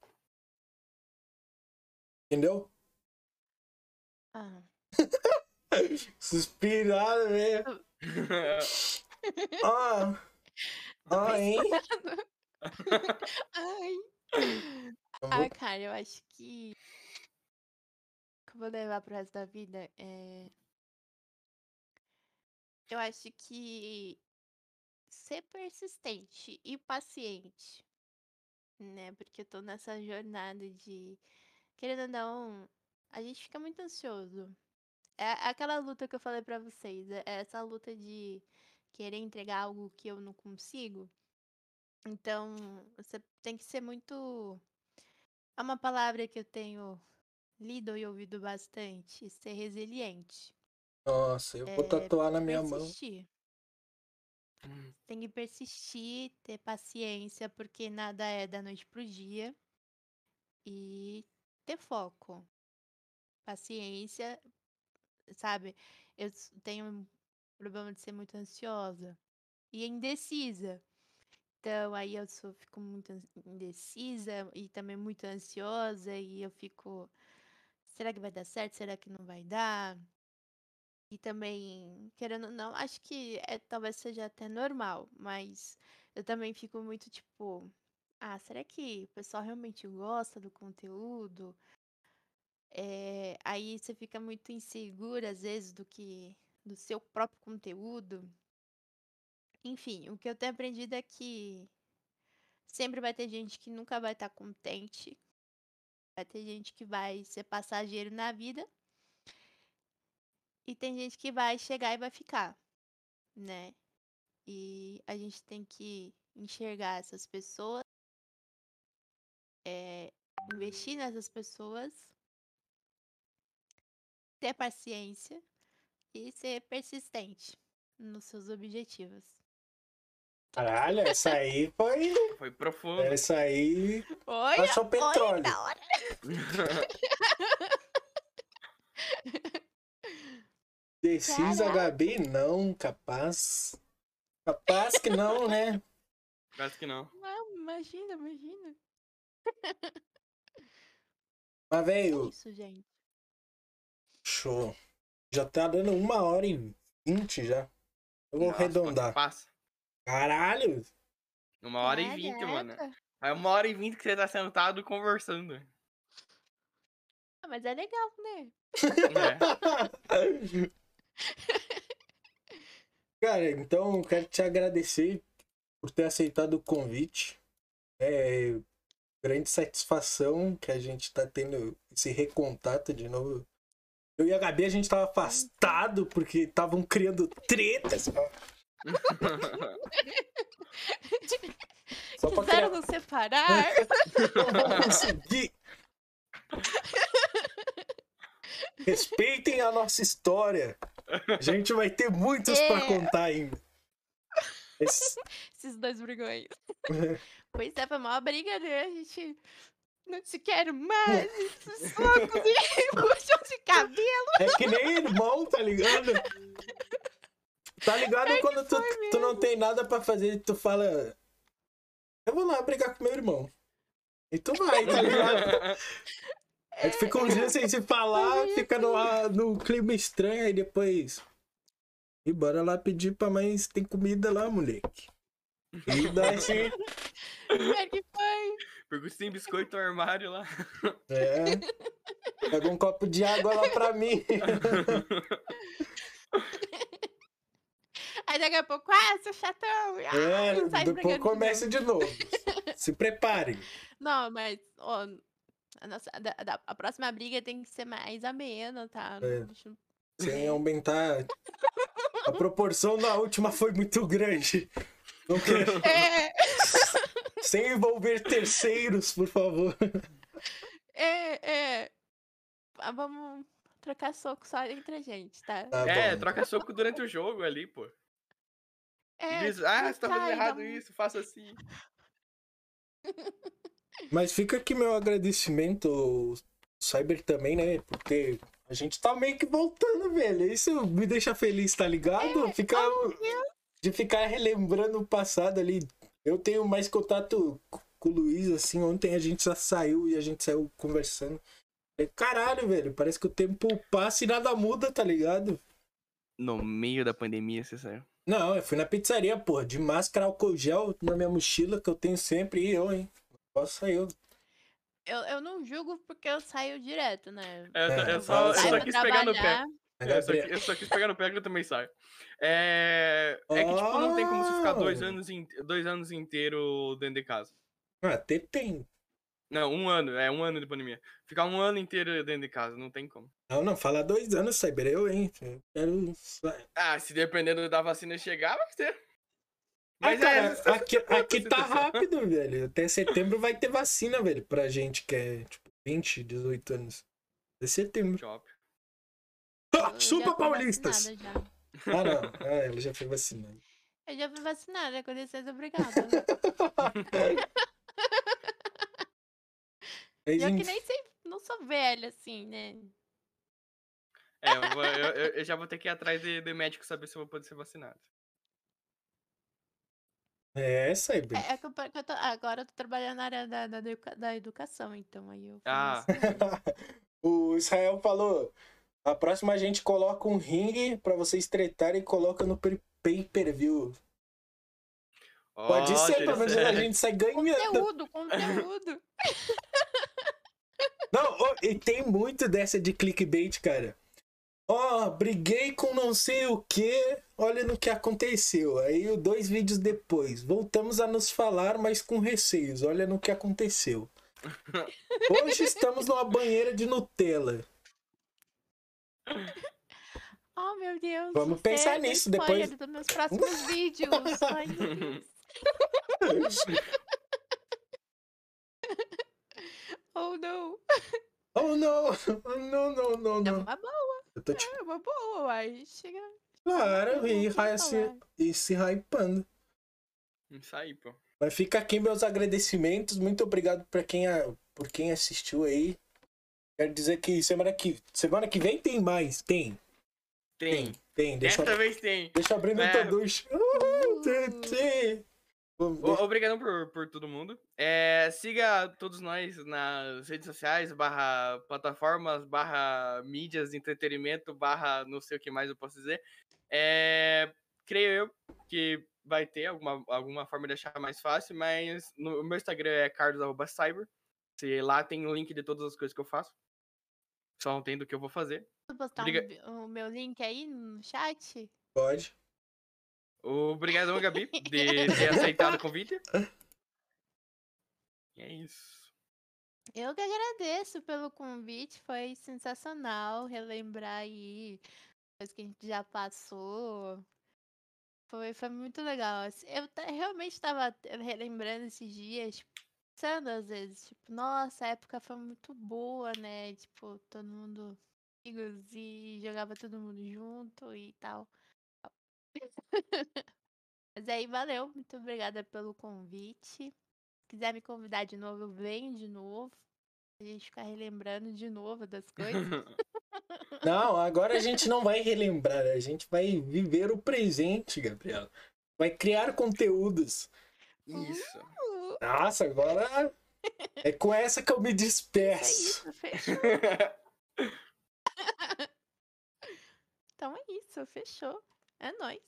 Entendeu? Ah. Suspirado, velho. Ah, Ai. Ai. Eu Ah, vou- cara, eu acho que eu vou levar pro resto da vida. Eu acho que ser persistente e paciente, né? Porque eu tô nessa jornada de, querendo ou não, a gente fica muito ansioso. É aquela luta que eu falei pra vocês, é essa luta de querer entregar algo que eu não consigo. Então, você tem que ser muito. É uma palavra que eu tenho lido e ouvido bastante, ser resiliente. Nossa, eu vou tatuar na minha mão. Persistir. Tem que persistir, ter paciência, porque nada é da noite pro dia. E ter foco, paciência, sabe? Tenho um problema de ser muito ansiosa e indecisa. Então, aí fico muito indecisa e também muito ansiosa. E eu fico, será que vai dar certo? Será que não vai dar? E também, querendo ou não, acho que talvez seja até normal, mas eu também fico muito tipo, ah, será que o pessoal realmente gosta do conteúdo? Aí você fica muito insegura, às vezes, do seu próprio conteúdo. Enfim, o que eu tenho aprendido é que sempre vai ter gente que nunca vai estar contente, vai ter gente que vai ser passageiro na vida, e tem gente que vai chegar e vai ficar, né? E a gente tem que enxergar essas pessoas, investir nessas pessoas, ter paciência e ser persistente nos seus objetivos. Caralho, essa aí foi. Foi profundo. Essa aí. Oi, Passou oi, petróleo. da hora. Decisa, Caraca. Gabi, não, capaz. Capaz que não, né? Quase que não. Não, imagina. Mas, É velho, isso, gente. show. Já tá dando 1h20 já. Eu vou Nossa, quanto arredondar. passa? Caralho! 1h20, mano. Caraca. É 1h20 que você tá sentado conversando. Ah, mas é legal, né? É. Cara, então eu quero te agradecer por ter aceitado o convite. É grande satisfação que a gente tá tendo esse recontato de novo. Eu e a Gabi, a gente tava afastado porque estavam criando tretas. Só pra Quiseram criar... nos separar? Não vou conseguir. Respeitem a nossa história. A gente vai ter muitos pra contar ainda. Esses dois brigões. Pois é, foi uma briga, né? A gente não se quer mais. Esses socos e puxão de cabelo. É que nem irmão, tá ligado? Tá ligado quando tu não tem nada pra fazer e tu fala... Eu vou lá brigar com meu irmão. E tu vai, tá ligado? Aí tu fica uns dias sem se falar, fica no clima estranho, aí depois... E bora lá pedir pra mãe se tem comida lá, moleque. E daí assim... É que foi. Pergunta se tem biscoito no armário lá. É. Pega um copo de água lá pra mim. Aí daqui a pouco, seu chatão. Sai Depois brigando começa de novo. Se preparem. Não, mas, ó, a próxima briga tem que ser mais amena, tá? É. Deixa eu- Sem aumentar. A proporção da última foi muito grande. Não quero... É, Sem envolver terceiros, por favor. Vamos trocar soco só entre a gente, tá? Tá bom. Troca soco durante o jogo ali, pô. Diz, Tipo, você tá fazendo sai, errado dá um- isso, faça assim. Mas fica aqui meu agradecimento, o Cyber também, né? Porque a gente tá meio que voltando, velho. Isso me deixa feliz, tá ligado? De ficar relembrando o passado ali. Eu tenho mais contato com o Luiz, assim. Ontem a gente já saiu e a gente saiu conversando. Caralho, velho. Parece que o tempo passa e nada muda, tá ligado? No meio da pandemia, você saiu. Não, eu fui na pizzaria, porra, de máscara, álcool gel na minha mochila, que eu tenho sempre, e eu, hein? Posso sair eu. Eu não julgo porque eu saio direto, né? Eu fala só assim. quis pegar no pé. A Eu só quis pegar no pé que eu também saio. É que, tipo, não tem como você ficar 2 anos inteiro dentro de casa. Até tem. Não, 1 ano. É 1 ano de pandemia. Ficar 1 ano inteiro dentro de casa, não tem como. Não, fala 2 anos, Cyber, eu, hein? Eu quero. Ah, se dependendo da vacina chegar, vai ter. Mas, cara, aqui tá situação. rápido, velho. Até setembro vai ter vacina, velho, pra gente que é, tipo, 20, 18 anos. Até setembro. Shopping. Chupa, paulistas! Já. Ah, não. Ah, ela já foi vacinada. Eu já fui vacinada, com licença, obrigada. Mas, Eu que nem sei, não sou velha, assim, né? Eu já vou ter que ir atrás de médico saber se eu vou poder ser vacinado. É, Cyber. É que agora eu tô trabalhando na área da educação, então aí eu fui Ah. vacinada. O Israel falou: a próxima a gente coloca um ringue pra vocês tretarem e coloca no pay-per-view. Pode ser, pelo menos a gente sai ganhando. Conteúdo. Não, e tem muito dessa de clickbait, cara. Briguei com não sei o que, olha no que aconteceu. Aí, 2 vídeos depois, voltamos a nos falar, mas com receios, olha no que aconteceu. Hoje estamos numa banheira de Nutella. Oh, meu Deus. Vamos pensar nisso depois. Dos meus próximos vídeos. Ai, meu Deus. Oh, não. Oh, não. Não. É uma boa. Eu tô É uma boa, uai. Chega. Claro, e se hypando. Isso aí, pô. Mas fica aqui meus agradecimentos. Muito obrigado por quem assistiu aí. Quero dizer que semana que vem tem mais. Tem. Dessa vez tem. Deixa eu abrir no Todush. Obrigado por todo mundo. Siga todos nós nas redes sociais, /plataformas, /mídias de entretenimento, não sei o que mais eu posso dizer. Creio eu que vai ter alguma forma de deixar mais fácil, mas o meu Instagram é carlos@cyber. Lá tem o link de todas as coisas que eu faço. Só não tem do que eu vou fazer. Posso postar o meu link aí no chat? Pode. Obrigado, Gabi, de ter aceitado o convite. E é isso. Eu que agradeço pelo convite, foi sensacional relembrar aí coisas que a gente já passou. Foi muito legal. Eu realmente estava relembrando esses dias, pensando às vezes, tipo, nossa, a época foi muito boa, né? Tipo, todo mundo amigos e jogava todo mundo junto e tal. Mas aí, valeu, muito obrigada pelo convite. Se quiser me convidar de novo, eu venho de novo. A gente ficar relembrando de novo das coisas. Não, agora a gente não vai relembrar, a gente vai viver o presente, Gabriela. Vai criar conteúdos. Isso. Nossa, agora é com essa que eu me despeço. É isso, fechou. Então é isso, fechou. É nóis.